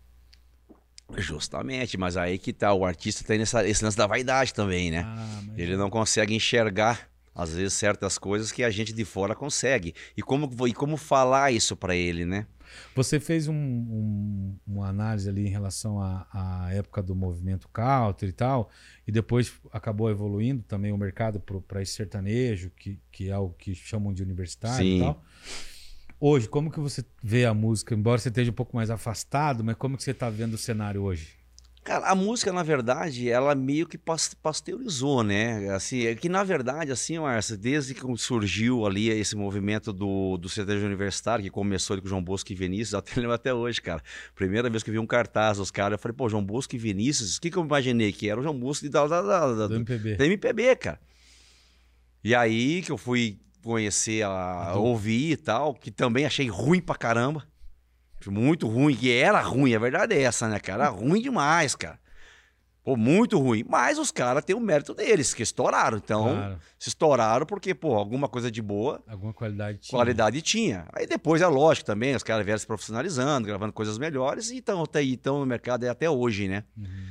Justamente, mas aí que tá, o artista tem esse lance da vaidade também, né? Ele não consegue enxergar, às vezes, certas coisas que a gente de fora consegue. E como falar isso pra ele, né? Você fez uma análise ali em relação à época do movimento country e tal, e depois acabou evoluindo também o mercado para esse sertanejo, que é o que chamam de universitário. Sim. E tal. Hoje, como que você vê a música? Embora você esteja um pouco mais afastado, mas como que você está vendo o cenário hoje? Cara, a música, na verdade, ela meio que pasteurizou, né? Assim, é que, na verdade, assim, Márcio, desde que surgiu ali esse movimento do sertanejo universitário, que começou ali com João Bosco e Vinícius, até lembro até hoje, cara. Primeira vez que eu vi um cartaz dos caras, eu falei, pô, João Bosco e Vinícius, o que eu imaginei? Que era o João Bosco do MPB. Da MPB, cara. E aí que eu fui conhecer, ouvir e tal, que também achei ruim pra caramba. Muito ruim, que era ruim, a verdade é essa, né, cara? Era ruim demais, cara. Pô, muito ruim. Mas os caras têm o mérito deles, que estouraram. Então, Claro. se estouraram porque, pô, alguma coisa de boa, Alguma qualidade tinha. qualidade tinha. Aí depois, é lógico também, os caras vieram se profissionalizando, gravando coisas melhores e estão no mercado até hoje, né? Uhum.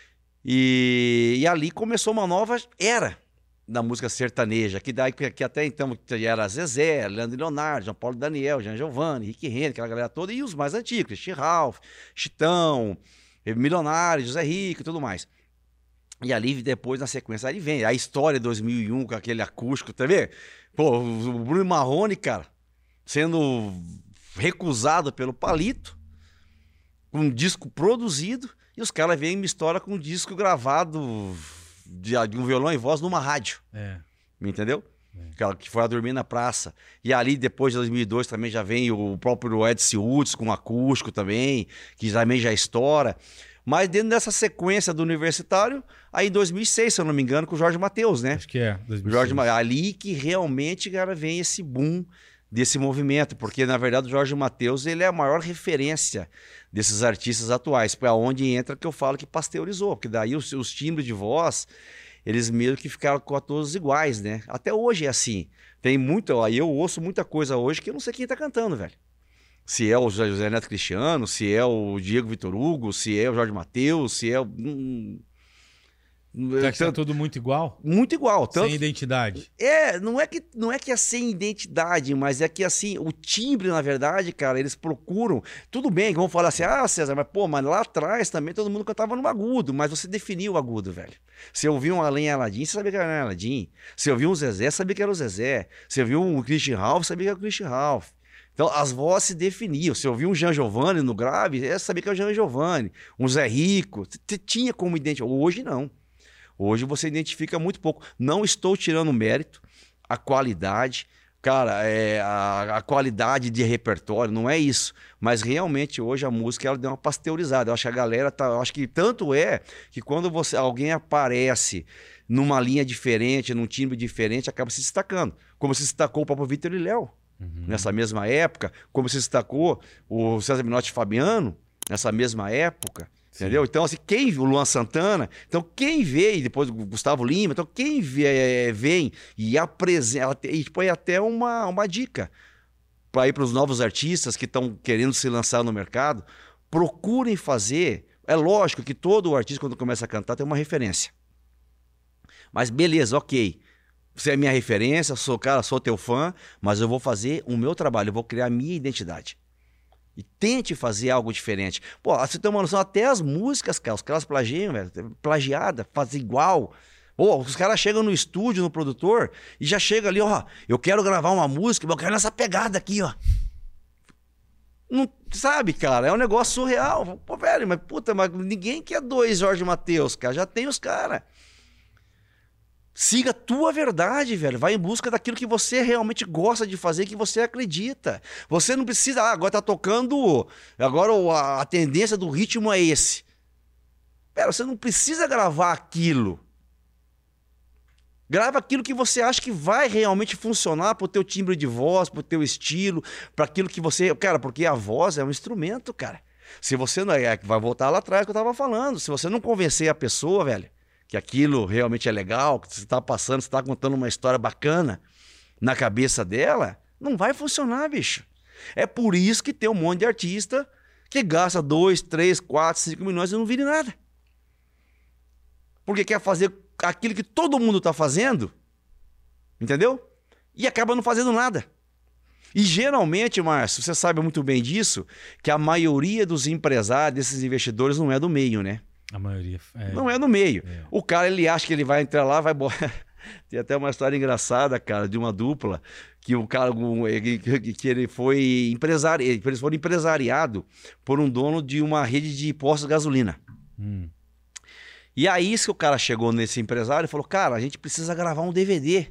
E ali começou uma nova era da música sertaneja, que até então era Zezé, Leandro e Leonardo, João Paulo e Daniel, Jean Giovanni, Rick Renner, aquela galera toda, e os mais antigos, Christian Ralph, Chitão, Milionário, José Rico e tudo mais. E ali depois, na sequência, aí vem a história de 2001 com aquele acústico, tá vendo? Pô, o Bruno Marrone, cara, sendo recusado pelo Palito, com um disco produzido, e os caras vêm e me estouram com um disco gravado de um violão e voz numa rádio. Entendeu? Que foi a Dormir na Praça. E ali, depois de 2002, também já vem o próprio Edson Woods com acústico também, que também já estoura. Mas dentro dessa sequência do Universitário, aí em 2006, se eu não me engano, com o Jorge Mateus, né? Acho que é, 2006. Ali que realmente, cara, vem esse boom desse movimento, porque na verdade o Jorge Mateus, ele é a maior referência desses artistas atuais, para onde entra que eu falo que pasteurizou, porque daí os timbres de voz, eles meio que ficaram com todos iguais, né? Até hoje é assim. Tem muito, aí eu ouço muita coisa hoje que eu não sei quem tá cantando, velho. Se é o José Neto Cristiano, se é o Diego Vitor Hugo, se é o Jorge Mateus, se é o... Tá tudo muito igual? Muito igual. Tanto... Sem identidade. Não é que é sem identidade, mas é que assim, o timbre, na verdade, cara, eles procuram. Tudo bem, que vão falar assim, César, mas lá atrás também todo mundo cantava no agudo, mas você definiu o agudo, velho. Se eu ouvi um Além Aladim, você sabia que era Aladim. Se eu ouvi um Zezé, sabia que era o Zezé. Se eu ouvi um Christian Ralph, sabia que era o Christian Ralph. Então, as vozes se definiam. Se eu vi um Jean Giovanni no grave, eu sabia que era o Jean Giovanni. Um Zé Rico, você tinha como identificar. Hoje, não. Hoje você identifica muito pouco. Não estou tirando mérito, a qualidade, cara, a qualidade de repertório, não é isso. Mas realmente hoje a música ela deu uma pasteurizada. Eu acho que a galera tá. Eu acho que tanto é que quando alguém aparece numa linha diferente, num timbre diferente, acaba se destacando. Como se destacou o próprio Vitor e Léo. Nessa mesma época, como se destacou o César Menotti e Fabiano, nessa mesma época, entendeu? Então, assim, o Luan Santana, então quem veio, depois o Gustavo Lima, então quem vem e apresenta, e põe até uma dica para ir para os novos artistas que estão querendo se lançar no mercado, procurem fazer, é lógico que todo artista quando começa a cantar tem uma referência, mas beleza, ok. Você é minha referência, sou teu fã, mas eu vou fazer o meu trabalho, eu vou criar a minha identidade. E tente fazer algo diferente. Pô, você tem uma noção, até as músicas, cara, os caras plagiam, velho, plagiada, faz igual. Pô, os caras chegam no estúdio, no produtor, e já chega ali, ó, eu quero gravar uma música, mas eu quero nessa pegada aqui, ó. Não sabe, cara, é um negócio surreal. Pô, velho, mas puta, mas ninguém quer dois Jorge Mateus, cara, já tem os caras. Siga a tua verdade, velho. Vai em busca daquilo que você realmente gosta de fazer, que você acredita. Você não precisa, agora tá tocando, agora a tendência do ritmo é esse. Pera, você não precisa gravar aquilo. Grava aquilo que você acha que vai realmente funcionar pro teu timbre de voz, pro teu estilo, para aquilo que você... Cara, porque a voz é um instrumento, cara. Se você não... vai voltar lá atrás que eu tava falando. Se você não convencer a pessoa, velho, que aquilo realmente é legal, que você está passando, você está contando uma história bacana na cabeça dela, não vai funcionar, bicho. É por isso que tem um monte de artista que gasta 2, 3, 4, 5 milhões e não vira nada. Porque quer fazer aquilo que todo mundo está fazendo, entendeu? E acaba não fazendo nada. E geralmente, Márcio, você sabe muito bem disso, que a maioria dos empresários, desses investidores, não é do meio, né? A maioria não é no meio. O cara, ele acha que ele vai entrar lá, vai... Tem até uma história engraçada, cara, de uma dupla, que o cara, que ele foi empresário, eles foram empresariado por um dono de uma rede de postos de gasolina. E aí, que o cara chegou nesse empresário e falou, cara, a gente precisa gravar um DVD.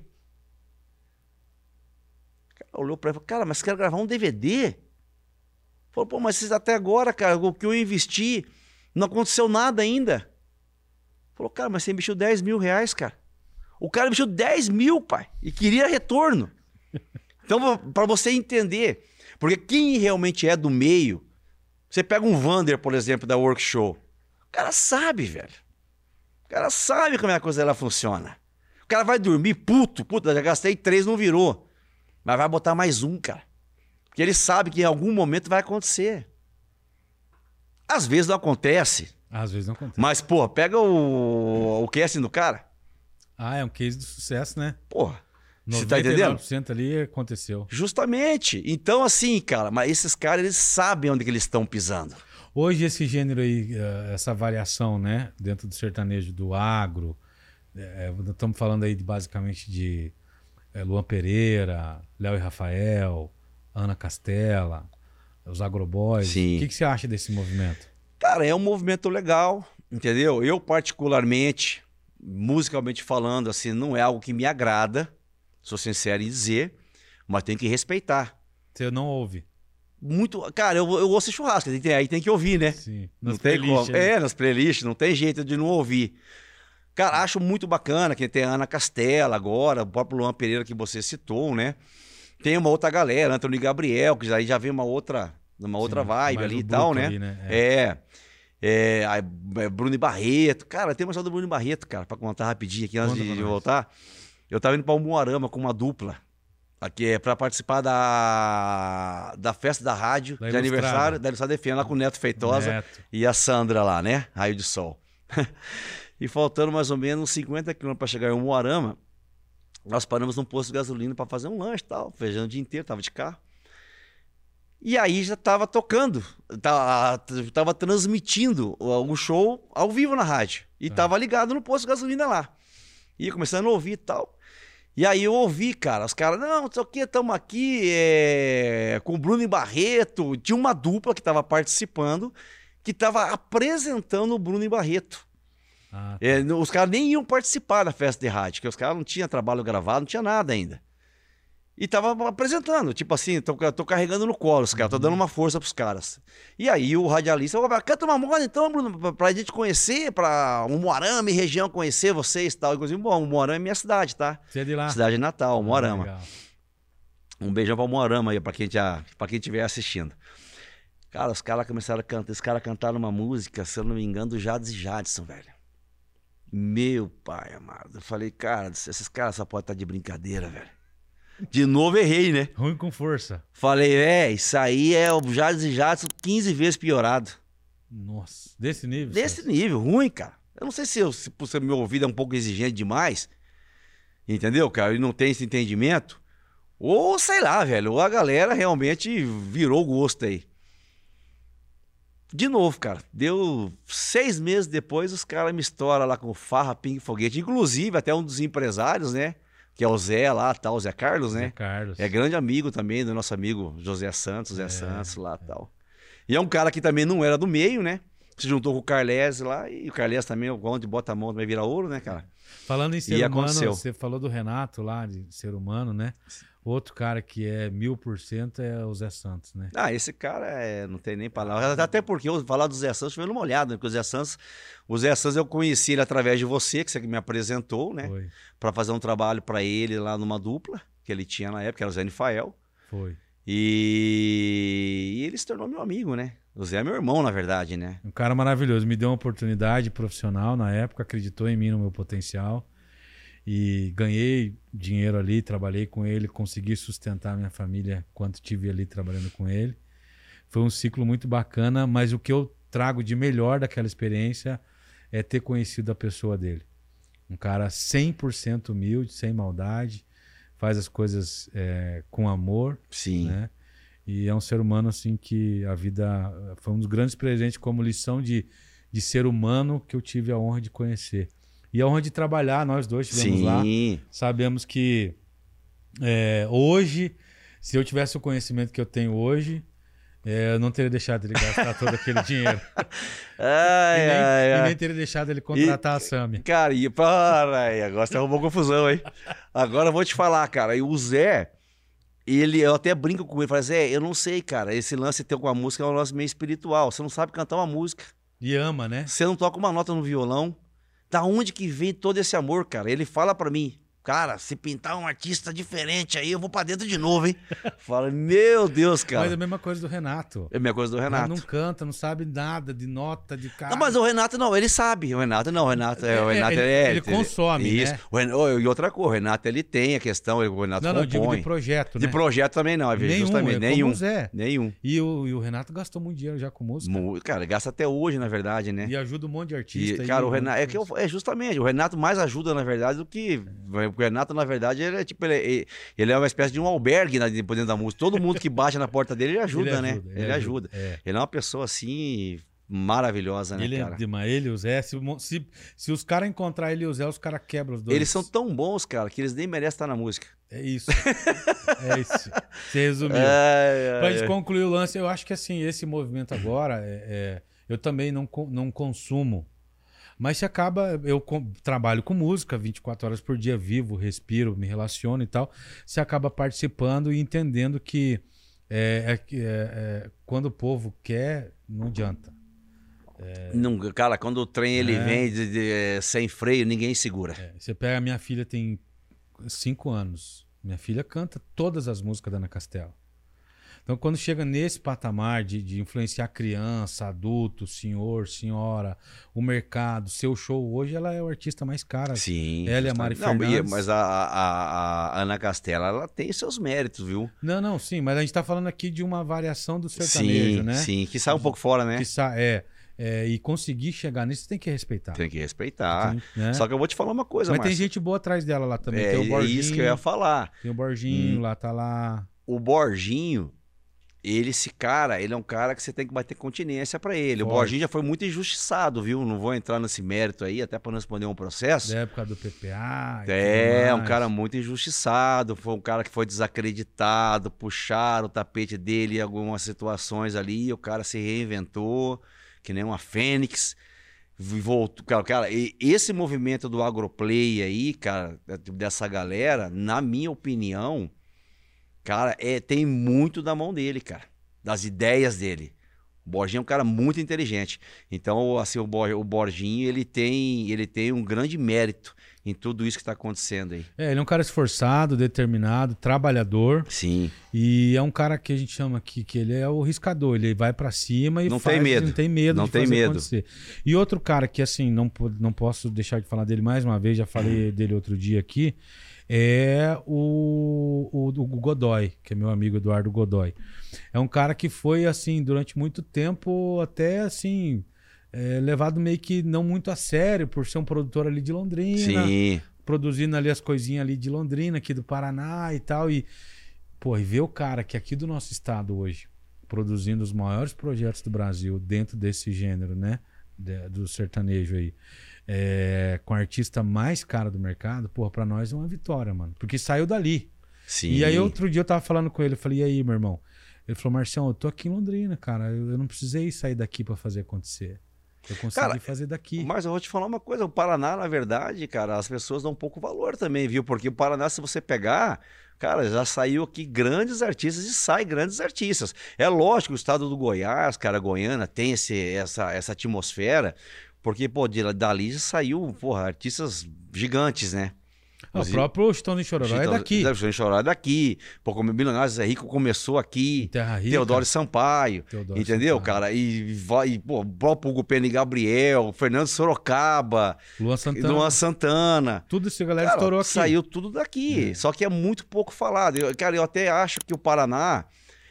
O cara olhou pra ele e falou, cara, mas você quer gravar um DVD? Falou, pô, mas até agora, cara, o que eu investi... Não aconteceu nada ainda. Falou, cara, mas você investiu 10 mil reais, cara. O cara investiu 10 mil, pai, e queria retorno. Então, para você entender, porque quem realmente é do meio, você pega um Vander, por exemplo, da Workshow, o cara sabe, velho. O cara sabe como é a coisa dela funciona. O cara vai dormir puta, já gastei 3, não virou. Mas vai botar mais um, cara. Porque ele sabe que em algum momento vai acontecer. Às vezes não acontece. Às vezes não acontece. Mas, pô, pega o casting do cara. É um case de sucesso, né? Porra. Você tá entendendo? 99% ali aconteceu. Justamente. Então, assim, cara, mas esses caras, eles sabem onde que eles estão pisando. Hoje esse gênero aí, essa variação, né, dentro do sertanejo, do agro, estamos falando aí basicamente de Luan Pereira, Léo e Rafael, Ana Castela, os agroboys. Sim. O que você acha desse movimento? Cara, é um movimento legal, entendeu? Eu, particularmente, musicalmente falando, assim, não é algo que me agrada, sou sincero em dizer, mas tem que respeitar. Você não ouve? Muito, cara, eu ouço churrasco, aí tem que ouvir, né? Sim. Não tem como. Nas playlists, não tem jeito de não ouvir. Cara, acho muito bacana que tem a Ana Castela agora, o próprio Luan Pereira que você citou, né? Tem uma outra galera, Antônio Gabriel, que aí já vem uma outra vibe ali e tal, né? Ali, né? Bruno Barreto. Cara, tem uma história do Bruno Barreto, cara, pra contar rapidinho aqui antes de voltar. Eu tava indo pra Umuarama com uma dupla. Aqui é pra participar da festa da rádio de aniversário da Ilustrada FM, lá com o Neto Feitosa e a Sandra lá, né? Raio de Sol. E faltando mais ou menos 50 quilômetros pra chegar em Umuarama, nós paramos num posto de gasolina pra fazer um lanche e tal, viajando o dia inteiro, tava de carro. E aí já tava tocando, tava transmitindo o show ao vivo na rádio. E tava ligado no posto de gasolina lá. Ia começando a ouvir e tal. E aí eu ouvi, cara, os caras, não sei o que, estamos aqui com o Bruno Barreto. Tinha uma dupla que estava participando, que estava apresentando o Bruno Barreto. Os caras nem iam participar da festa de rádio, porque os caras não tinham trabalho gravado, não tinha nada ainda. E tava apresentando, tipo assim, tô carregando no colo os caras, tô dando uma força pros caras. E aí o radialista falou, canta uma moda então, Bruno, pra gente conhecer, pra Umuarama e região conhecer vocês e tal. Inclusive, bom, Umuarama é minha cidade, tá? Você é de lá? Cidade natal, Umuarama. Um beijão pra Umuarama aí, pra quem estiver assistindo. Cara, os caras começaram a cantar, os caras cantaram uma música, se eu não me engano, do Jades e Jadson, velho. Meu pai amado. Eu falei, cara, esses caras só podem estar de brincadeira, velho. De novo errei, né? Ruim com força. Falei, isso aí é o Jades e Jadson 15 vezes piorado. Nossa, desse nível? Desse nível, ruim, cara. Eu não sei se meu ouvido é um pouco exigente demais, entendeu, cara? E não tem esse entendimento. Ou sei lá, velho, ou a galera realmente virou o gosto aí. De novo, cara, deu 6 meses depois, os caras me estouram lá com farra, pingue e foguete. Inclusive, até um dos empresários, né? Que é o Zé lá, tal, o Zé Carlos, né? Zé Carlos. É grande amigo também do nosso amigo José Santos, Santos lá e tal. E é um cara que também não era do meio, né? Se juntou com o Carles lá, e o Carles também, onde bota a mão, também vira ouro, né, cara? Falando em ser humano, você falou do Renato lá, de ser humano, né? Outro cara que é 1000% é o Zé Santos, né? Esse cara não tem nem palavra. Até porque eu falar do Zé Santos, foi numa olhada, né? Porque o Zé Santos eu conheci ele através de você, que você me apresentou, né? Foi. Pra fazer um trabalho pra ele lá numa dupla, que ele tinha na época, que era o Zé Nifael. Foi. E ele se tornou meu amigo, né? O Zé é meu irmão, na verdade, né? Um cara maravilhoso. Me deu uma oportunidade profissional na época, acreditou em mim, no meu potencial. E ganhei dinheiro ali, trabalhei com ele, consegui sustentar minha família enquanto estive ali trabalhando com ele. Foi um ciclo muito bacana, mas o que eu trago de melhor daquela experiência é ter conhecido a pessoa dele. Um cara 100% humilde, sem maldade, faz as coisas com amor. Sim. Né? E é um ser humano assim que a vida foi um dos grandes presentes como lição de ser humano que eu tive a honra de conhecer. E a honra de trabalhar, nós dois estivemos lá. Sabemos que hoje, se eu tivesse o conhecimento que eu tenho hoje, eu não teria deixado ele gastar todo aquele dinheiro. E nem teria deixado ele contratar a Sami. Cara, agora você arrumou confusão, hein? Agora eu vou te falar, cara. E o Zé, eu até brinco com ele, falo, Zé, eu não sei, cara, esse lance teu com a música é um lance meio espiritual. Você não sabe cantar uma música. E ama, né? Você não toca uma nota no violão. Da onde que vem todo esse amor, cara? Ele fala pra mim, cara, se pintar um artista diferente aí, eu vou pra dentro de novo, hein? Fala, meu Deus, cara. Mas é a mesma coisa do Renato. É a mesma coisa do Renato. Ele não canta, não sabe nada de nota, de cara. Não, mas o Renato não, ele sabe. O Renato ele consome, isso. Né? E outra coisa, o Renato, ele tem a questão, o Renato compõe. Não, eu digo de projeto, né? De projeto também não, justamente. Nenhum. Zé. Nenhum. E o Renato gastou muito dinheiro já com música. Cara, gasta até hoje, na verdade, né? E ajuda um monte de artista. Cara, o Renato, justamente, o Renato mais ajuda, na verdade, do que O Renato, na verdade, ele é tipo, ele é uma espécie de um albergue dentro da música. Todo mundo que bate na porta dele, ele ajuda, né? Ele ajuda. Ele é uma pessoa assim maravilhosa, né, cara? Ele e o Zé, se os caras encontrar ele e o Zé, os caras quebram os dois. Eles são tão bons, cara, que eles nem merecem estar na música. É isso. É isso. Você resumiu. Pra gente concluir o lance, eu acho que assim, esse movimento agora, eu também não consumo. Mas se acaba, eu trabalho com música 24 horas por dia, vivo, respiro, me relaciono e tal. Você acaba participando e entendendo que quando o povo quer, não adianta. Não, cara, quando o trem ele vem sem freio, ninguém segura. Você pega, a minha filha tem 5 anos. Minha filha canta todas as músicas da Ana Castela. Então, quando chega nesse patamar de influenciar criança, adulto, senhor, senhora, o mercado, seu show, hoje ela é o artista mais cara. Sim. Ela e a Mari Fernandes. Mas a Ana Castela, ela tem seus méritos, viu? Não, sim, mas a gente tá falando aqui de uma variação do sertanejo, né? Sim, que sai um pouco fora, né? E conseguir chegar nisso, tem que respeitar. Tem que respeitar. Né? Só que eu vou te falar uma coisa, mas tem gente boa atrás dela lá também. Tem o Borginho, é isso que eu ia falar. Tem o Borginho, lá tá lá. O Borginho, esse cara, ele é um cara que você tem que bater continência pra ele. Forte. O Borginho já foi muito injustiçado, viu? Não vou entrar nesse mérito aí, até pra não responder um processo. Da época do PPA. Um cara muito injustiçado. Foi um cara que foi desacreditado, puxaram o tapete dele em algumas situações ali, e o cara se reinventou, que nem uma fênix. Voltou, cara, e esse movimento do agroplay aí, cara, dessa galera, na minha opinião, cara, tem muito da mão dele, cara. Das ideias dele. O Borginho é um cara muito inteligente. Então, assim, o Borginho, ele tem um grande mérito em tudo isso que está acontecendo aí. Ele é um cara esforçado, determinado, trabalhador. Sim. E é um cara que a gente chama aqui, que ele é o riscador. Ele vai para cima e não tem medo. Não tem medo de fazer acontecer. E outro cara que, assim, não posso deixar de falar dele mais uma vez, já falei dele outro dia aqui, é o Godoy, que é meu amigo Eduardo Godoy. É um cara que foi, assim, durante muito tempo até, assim, levado meio que não muito a sério por ser um produtor ali de Londrina. Sim. Produzindo ali as coisinhas ali de Londrina, aqui do Paraná e tal. E ver o cara que aqui do nosso estado hoje, produzindo os maiores projetos do Brasil dentro desse gênero, né? Do sertanejo aí. Com a artista mais cara do mercado, pra nós é uma vitória, mano. Porque saiu dali. Sim. E aí outro dia eu tava falando com ele, eu falei, e aí, meu irmão? Ele falou, Marcião, eu tô aqui em Londrina, cara. Eu não precisei sair daqui pra fazer acontecer. Eu consegui fazer daqui. Mas eu vou te falar uma coisa, o Paraná, na verdade, cara, as pessoas dão um pouco valor também, viu? Porque o Paraná, se você pegar, cara, já saiu aqui grandes artistas e sai grandes artistas. É lógico que o estado do Goiás, cara, Goiânia, tem essa atmosfera, porque, dali já saiu, artistas gigantes, né? O próprio Chitãozinho Chororó é daqui. O Chitãozinho Chororó é daqui. Como o Milionários Zé Rico começou aqui. Terra Rica. Teodoro Sampaio. Entendeu, cara? E o próprio Hugo Pena e Gabriel, Fernando Sorocaba, Luan Santana. Tudo isso a galera estourou aqui. Saiu tudo daqui. Só que é muito pouco falado. Eu até acho que o Paraná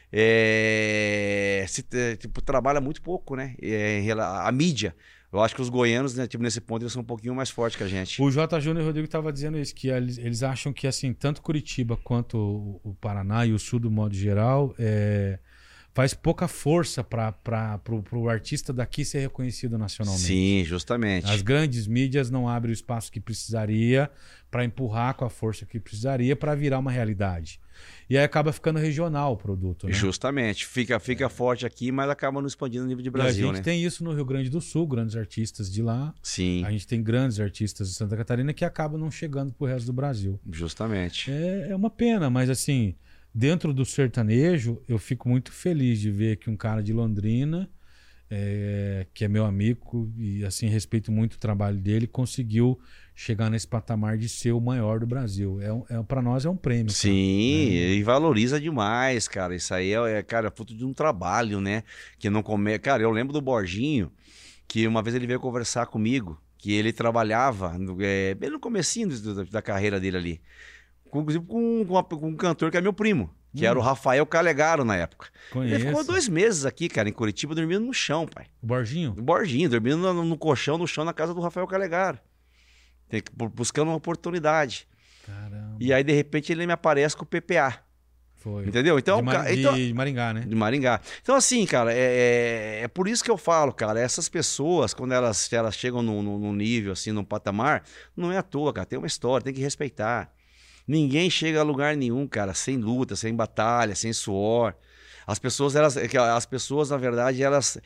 trabalha muito pouco, né? A mídia. Eu acho que os goianos, né, nesse ponto, eles são um pouquinho mais fortes que a gente. O J. Júnior e o Rodrigo estavam dizendo isso, que eles acham que, assim, tanto Curitiba quanto o Paraná e o Sul, do modo geral, faz pouca força para o artista daqui ser reconhecido nacionalmente. Sim, justamente. As grandes mídias não abrem o espaço que precisaria para empurrar com a força que precisaria para virar uma realidade. E aí acaba ficando regional o produto, né? Justamente. Fica forte aqui, mas acaba não expandindo no nível de Brasil, né? A gente tem isso no Rio Grande do Sul, grandes artistas de lá. Sim. A gente tem grandes artistas de Santa Catarina que acabam não chegando pro resto do Brasil. Justamente. É uma pena, mas assim, dentro do sertanejo, eu fico muito feliz de ver que um cara de Londrina, que é meu amigo e assim respeito muito o trabalho dele, conseguiu chegar nesse patamar de ser o maior do Brasil. Para nós é um prêmio. Sim, cara, e valoriza demais, cara. Isso aí cara, fruto de um trabalho, né? Que não come... Cara, eu lembro do Borginho, que uma vez ele veio conversar comigo, que ele trabalhava bem no comecinho da carreira dele ali, inclusive com um cantor que é meu primo, que era o Rafael Calegaro na época. Conheço. Ele ficou 2 meses aqui, cara, em Curitiba, dormindo no chão, pai. O Borginho? O Borginho, dormindo no colchão, no chão, na casa do Rafael Calegaro. Buscando uma oportunidade. Caramba. E aí, de repente, ele me aparece com o PPA. Foi. Entendeu? Então, de Maringá, né? De Maringá. Então, assim, cara, é por isso que eu falo, cara, essas pessoas, quando elas chegam num nível, assim, num patamar, não é à toa, cara, tem uma história, tem que respeitar. Ninguém chega a lugar nenhum, cara, sem luta, sem batalha, sem suor. As pessoas, na verdade,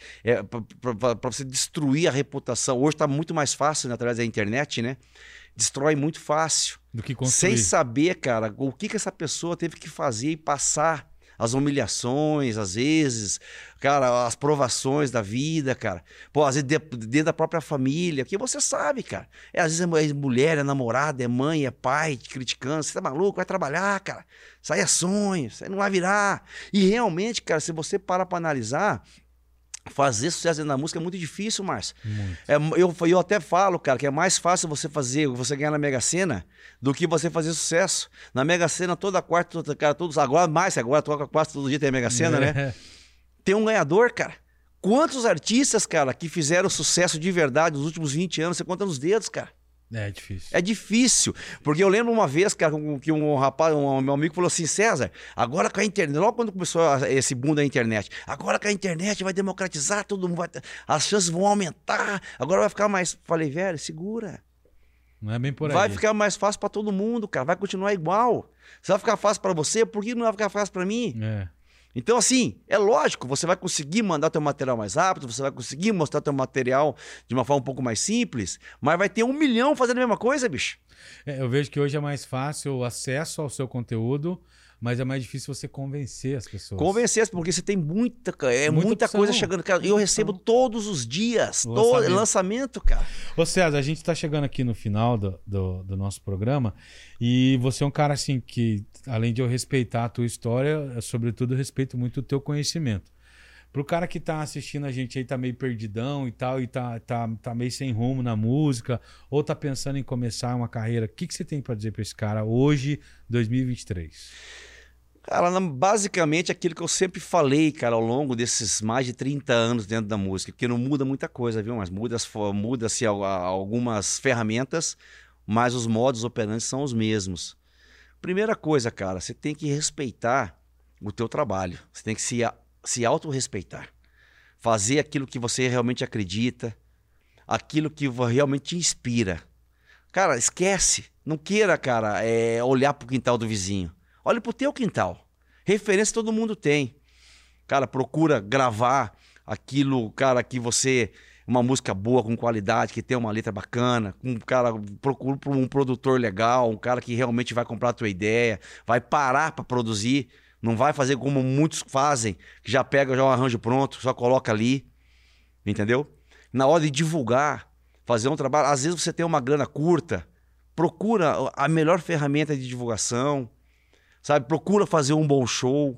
para você destruir a reputação, hoje está muito mais fácil, né, através da internet, né? Destrói muito fácil. Do que construir. Sem saber, cara, o que essa pessoa teve que fazer e passar. As humilhações, às vezes, cara, as provações da vida, cara. Pô, às vezes dentro da própria família, que você sabe, cara. Às vezes é mulher, é namorada, é mãe, é pai, te criticando. Você tá maluco? Vai trabalhar, cara. Isso aí é sonho, isso aí não vai virar. E realmente, cara, se você parar pra analisar, fazer sucesso dentro da música é muito difícil, Márcio. Eu até falo, cara, que é mais fácil você ganhar na Mega Sena do que você fazer sucesso. Na Mega Sena, toda quarta, agora toca quase todo dia tem a Mega Sena, né? Tem um ganhador, cara. Quantos artistas, cara, que fizeram sucesso de verdade nos últimos 20 anos, você conta nos dedos, cara. É difícil. É difícil, porque eu lembro uma vez, cara, que um rapaz, meu amigo falou assim, César, agora com a internet, logo quando começou esse boom da internet, agora com a internet vai democratizar, todo mundo as chances vão aumentar, agora vai ficar mais... Falei, velho, segura. Não é bem por aí. Vai ficar mais fácil pra todo mundo, cara, vai continuar igual. Se vai ficar fácil pra você, por que não vai ficar fácil pra mim? É. Então, assim, é lógico, você vai conseguir mandar teu material mais rápido, você vai conseguir mostrar teu material de uma forma um pouco mais simples, mas vai ter 1 milhão fazendo a mesma coisa, bicho. Eu vejo que hoje é mais fácil o acesso ao seu conteúdo, mas é mais difícil você convencer as pessoas. Convencer, porque você tem muita coisa chegando. Cara, eu recebo todos os dias, lançamento, cara. Ô César, a gente está chegando aqui no final do nosso programa e você é um cara assim que, além de eu respeitar a tua história, sobretudo eu respeito muito o teu conhecimento. Pro cara que tá assistindo a gente aí, tá meio perdidão e tal, e tá meio sem rumo na música, ou tá pensando em começar uma carreira, o que você tem para dizer para esse cara hoje, 2023? Cara, basicamente aquilo que eu sempre falei, cara, ao longo desses mais de 30 anos dentro da música, porque não muda muita coisa, viu? Mas muda-se algumas ferramentas, mas os modos operantes são os mesmos. Primeira coisa, cara, você tem que respeitar o teu trabalho, você tem que se autorrespeitar, fazer aquilo que você realmente acredita, aquilo que realmente te inspira. Cara, esquece, não queira, cara, olhar pro quintal do vizinho. Olha pro teu quintal. Referência todo mundo tem. Cara, procura gravar aquilo, cara, que você... Uma música boa, com qualidade, que tem uma letra bacana. Procura um produtor legal, um cara que realmente vai comprar a tua ideia, vai parar para produzir. Não vai fazer como muitos fazem, que já pega já um arranjo pronto, só coloca ali. Entendeu? Na hora de divulgar, fazer um trabalho... Às vezes você tem uma grana curta, procura a melhor ferramenta de divulgação. Sabe, procura fazer um bom show.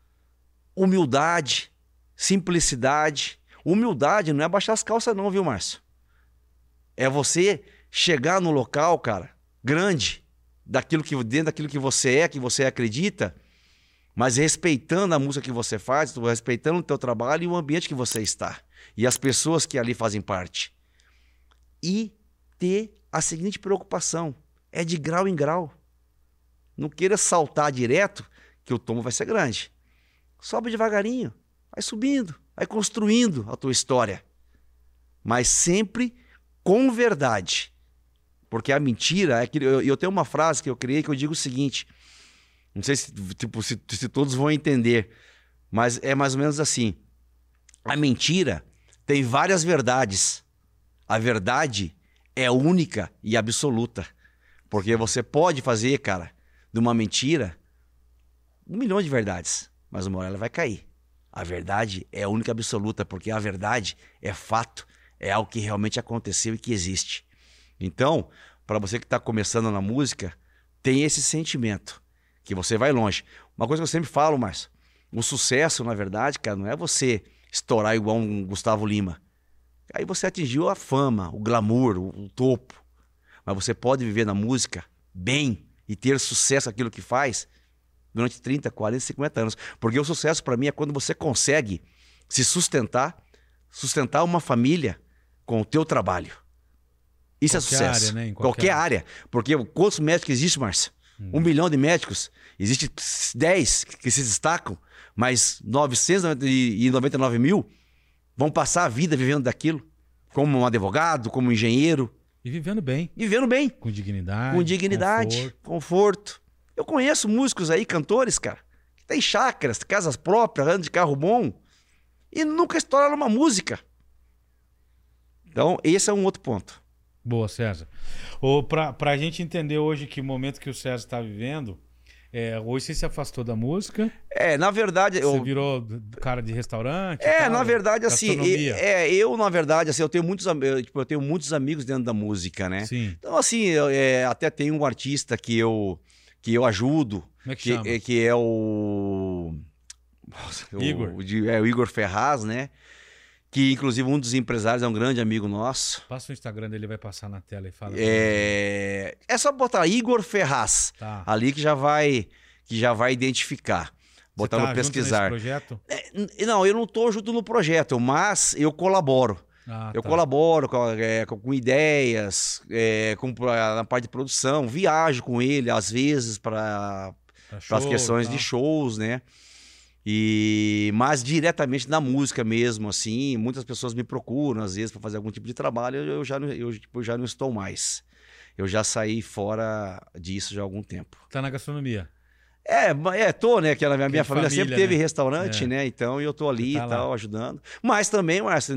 Humildade, simplicidade. Humildade não é baixar as calças não, viu, Márcio? É você chegar no local, cara, grande, dentro daquilo que você acredita, mas respeitando a música que você faz, respeitando o teu trabalho e o ambiente que você está. E as pessoas que ali fazem parte. E ter a seguinte preocupação, é de grau em grau. Não queira saltar direto, que o tombo vai ser grande. Sobe devagarinho, vai subindo, vai construindo a tua história. Mas sempre com verdade. Porque a mentira... Eu tenho uma frase que eu criei que eu digo o seguinte. Não sei se todos vão entender, mas é mais ou menos assim. A mentira tem várias verdades. A verdade é única e absoluta. Porque você pode fazer, cara, de uma mentira 1 milhão de verdades, mas uma hora ela vai cair. A verdade é a única absoluta, porque a verdade é fato, é algo que realmente aconteceu e que existe. Então, para você que está começando na música, tem esse sentimento, que você vai longe. Uma coisa que eu sempre falo, Márcio, o sucesso, na verdade, cara, não é você estourar igual um Gustavo Lima. Aí você atingiu a fama, o glamour, o topo. Mas você pode viver na música bem e ter sucesso naquilo que faz durante 30, 40, 50 anos. Porque o sucesso para mim é quando você consegue se sustentar uma família com o teu trabalho. Isso é Qualquer sucesso. área, né? Em Qualquer área. Porque quantos médicos existem, Márcio? 1 milhão de médicos. Existem 10 que se destacam, mas 999 mil vão passar a vida vivendo daquilo. Como um advogado, como um engenheiro. E vivendo bem. Vivendo bem. Com dignidade. Com dignidade, conforto. Eu conheço músicos aí, cantores, cara, que tem chácaras, casas próprias, andam de carro bom e nunca estouraram uma música. Então, esse é um outro ponto. Boa, César. Pra gente entender hoje que momento que o César está vivendo, hoje você se afastou da música. Na verdade... Você virou cara de restaurante? Na verdade, assim... na verdade, assim, eu tenho muitos amigos dentro da música, né? Sim. Então, assim, até tem um artista que eu ajudo. Como é que chama? Que é o... Igor. O Igor Ferraz, né? Que, inclusive, um dos empresários é um grande amigo nosso. Passa o Instagram dele, vai passar na tela e fala. É só botar Igor Ferraz. Tá. Ali que já vai identificar. Botar no pesquisar. Junto nesse projeto? Não, eu não estou junto no projeto, mas eu colaboro. Eu colaboro com ideias, na parte de produção, viajo com ele, às vezes, para as questões de shows, né? Mas diretamente na música mesmo, assim, muitas pessoas me procuram, às vezes, para fazer algum tipo de trabalho, eu já não estou mais. Eu já saí fora disso já há algum tempo. Tá na gastronomia? Tô, né? Que a minha família sempre teve restaurante, né? Então eu tô ali e tal, ajudando. Mas também, Márcio,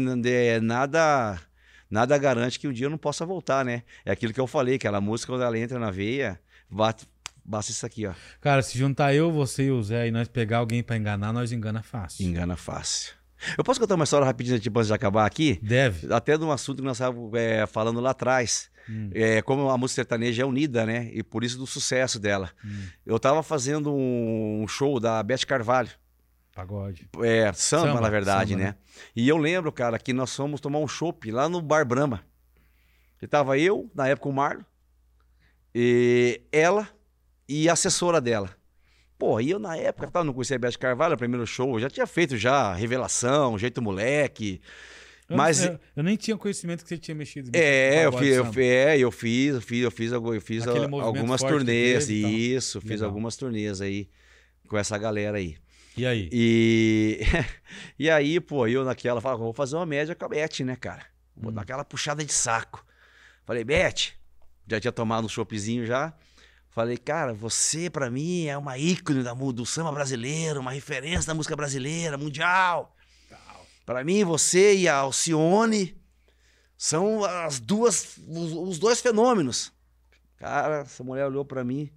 nada garante que um dia eu não possa voltar, né? É aquilo que eu falei, aquela música, quando ela entra na veia, basta isso aqui, ó. Cara, se juntar eu, você e o Zé e nós pegar alguém pra enganar, nós engana fácil. Engana fácil. Eu posso contar uma história rapidinho, tipo, antes de acabar aqui? Deve. Até de um assunto que nós estávamos falando lá atrás. Como a música sertaneja é unida, né? E por isso do sucesso dela. Eu tava fazendo um show da Beth Carvalho. Pagode. Samba, na verdade, samba, né? E eu lembro, cara, que nós fomos tomar um chopp lá no Bar Brahma. E tava eu, na época o Marlon, e ela e a assessora dela. Pô, e eu na época, não conhecia a Beth Carvalho, o primeiro show, eu já tinha feito Revelação, Jeito Moleque. Mas eu nem tinha conhecimento que você tinha mexido. Eu fiz algumas turnês, fiz algumas turnês aí com essa galera aí. E aí? E aí, pô, eu naquela, falava, vou fazer uma média com a Beth, né, cara? Vou dar aquela puxada de saco. Falei, Beth, já tinha tomado um choppzinho já. Falei, cara, você pra mim é uma ícone do samba brasileiro, uma referência da música brasileira, mundial. Pra mim, você e a Alcione são os dois fenômenos. Cara, essa mulher olhou pra mim.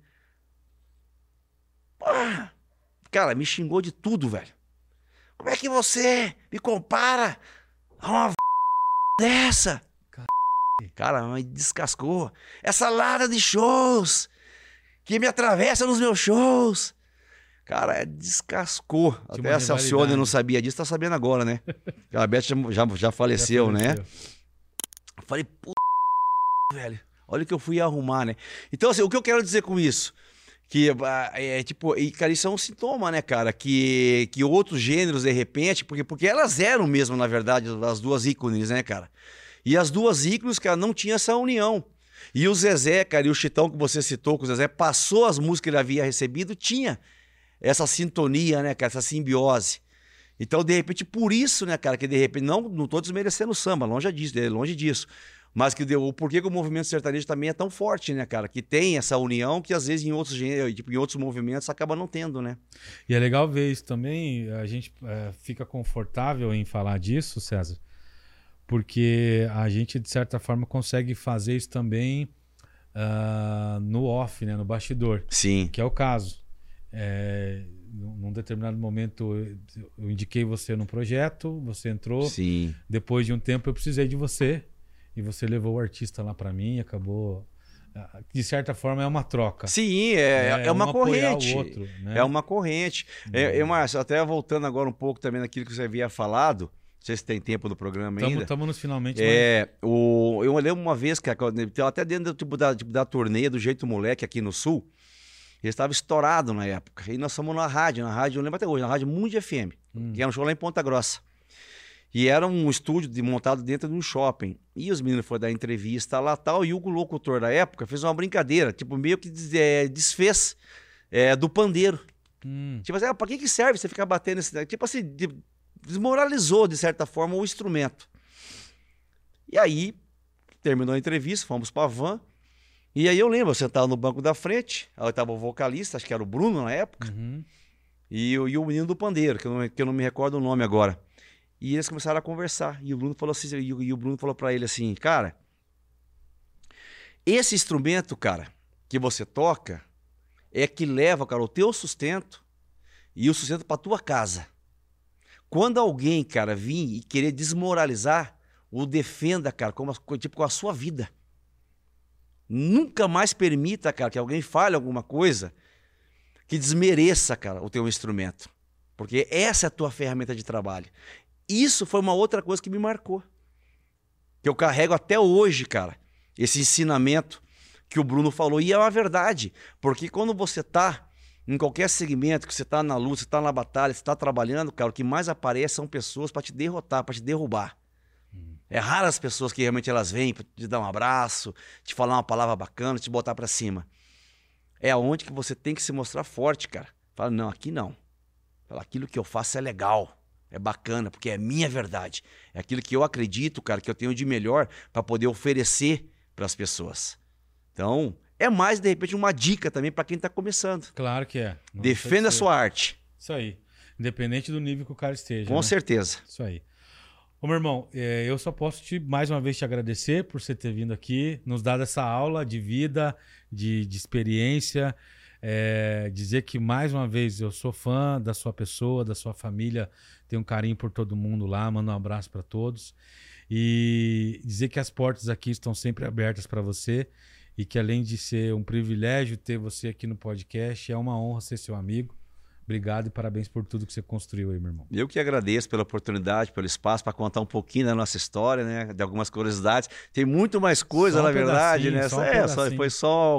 Porra! Cara, me xingou de tudo, velho. Como é que você me compara a uma dessa? Cara, me descascou. Essa lada de shows que me atravessa nos meus shows. Cara, descascou. Até essa Alcione não sabia disso, tá sabendo agora, né? A Beth já faleceu, né? Falei, velho, olha o que eu fui arrumar, né? Então, assim, o que eu quero dizer com isso? Que, cara, isso é um sintoma, né, cara? Que outros gêneros, de repente, porque elas eram mesmo, na verdade, as duas ícones, né, cara? E as duas ícones, cara, não tinha essa união. E o Zezé, cara, e o Chitão que você citou, que o Zezé passou as músicas que ele havia recebido, tinha essa sintonia, né, cara, essa simbiose. Então, de repente, por isso, né, cara, que de repente, não tô desmerecendo o samba, longe disso. Mas o porquê que o movimento sertanejo também é tão forte, né, cara? Que tem essa união que às vezes em outros gêneros, em outros movimentos acaba não tendo, né? E é legal ver isso também, a gente fica confortável em falar disso, César, porque a gente, de certa forma, consegue fazer isso também no off, né, no bastidor. Sim. Que é o caso. Num determinado momento eu indiquei você num projeto, você entrou. Sim. Depois de um tempo eu precisei de você e você levou o artista lá para mim e acabou. De certa forma é uma troca. Sim, é uma corrente. O outro, né? É uma corrente. Márcio, até voltando agora um pouco também naquilo que você havia falado, não sei se tem tempo do programa ainda. Estamos nos finalmente. Eu lembro uma vez que até dentro da turnê do Jeito Moleque aqui no Sul, ele estava estourado na época. E nós fomos na rádio, eu lembro até hoje, na rádio Mundi FM, que era um show lá em Ponta Grossa. E era um estúdio montado dentro de um shopping. E os meninos foram dar entrevista lá tal, e o locutor da época fez uma brincadeira, tipo, meio que desfez do pandeiro. Tipo assim, pra que serve você ficar batendo esse... Tipo assim, desmoralizou, de certa forma, o instrumento. E aí, terminou a entrevista, fomos pra van. E aí eu lembro, eu sentava no banco da frente, aí tava o vocalista, acho que era o Bruno na época, e o menino do pandeiro, que eu não me recordo o nome agora. E eles começaram a conversar. E o Bruno falou assim, e o Bruno falou pra ele assim, cara, esse instrumento, cara, que você toca, é que leva, cara, o teu sustento e o sustento pra tua casa. Quando alguém, cara, vir e querer desmoralizar, o defenda, cara, com a sua vida. Nunca mais permita, cara, que alguém fale alguma coisa que desmereça, cara, o teu instrumento. Porque essa é a tua ferramenta de trabalho. Isso foi uma outra coisa que me marcou. Que eu carrego até hoje, cara, esse ensinamento que o Bruno falou. E é uma verdade. Porque quando você tá em qualquer segmento, que você tá na luta, você tá na batalha, você tá trabalhando, cara, o que mais aparece são pessoas para te derrotar, para te derrubar. É raro as pessoas que realmente elas vêm para te dar um abraço, te falar uma palavra bacana, te botar para cima. É onde que você tem que se mostrar forte, cara. Fala, não, aqui não. Fala, aquilo que eu faço é legal, é bacana, porque é minha verdade. É aquilo que eu acredito, cara, que eu tenho de melhor para poder oferecer para as pessoas. Então, é mais, de repente, uma dica também para quem tá começando. Claro que é. Defenda a sua arte. Isso aí. Independente do nível que o cara esteja. Com certeza. Isso aí. Ô, meu irmão, eu só posso mais uma vez te agradecer por você ter vindo aqui, nos dado essa aula de vida, de experiência, dizer que mais uma vez eu sou fã da sua pessoa, da sua família, tenho um carinho por todo mundo lá, mando um abraço para todos e dizer que as portas aqui estão sempre abertas para você e que além de ser um privilégio ter você aqui no podcast, é uma honra ser seu amigo. Obrigado e parabéns por tudo que você construiu aí, meu irmão. Eu que agradeço pela oportunidade, pelo espaço para contar um pouquinho da nossa história, né? De algumas curiosidades. Tem muito mais coisa, na verdade, né? Foi só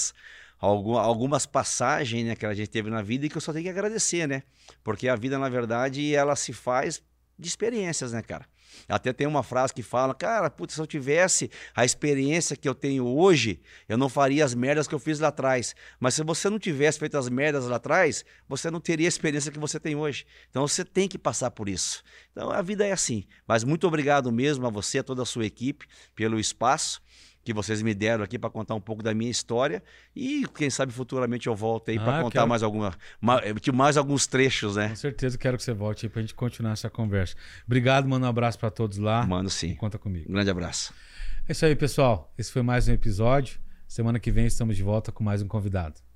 algumas passagens, né, que a gente teve na vida e que eu só tenho que agradecer, né? Porque a vida, na verdade, ela se faz de experiências, né, cara? Até tem uma frase que fala, cara, putz, se eu tivesse a experiência que eu tenho hoje, eu não faria as merdas que eu fiz lá atrás. Mas se você não tivesse feito as merdas lá atrás, você não teria a experiência que você tem hoje. Então você tem que passar por isso. Então a vida é assim. Mas muito obrigado mesmo a você, a toda a sua equipe, pelo espaço que vocês me deram aqui para contar um pouco da minha história e quem sabe futuramente eu volto aí para contar mais alguns trechos, né? Com certeza quero que você volte aí para a gente continuar essa conversa. Obrigado, manda um abraço para todos lá. Mando sim. E conta comigo. Um grande abraço. É isso aí, pessoal. Esse foi mais um episódio. Semana que vem estamos de volta com mais um convidado.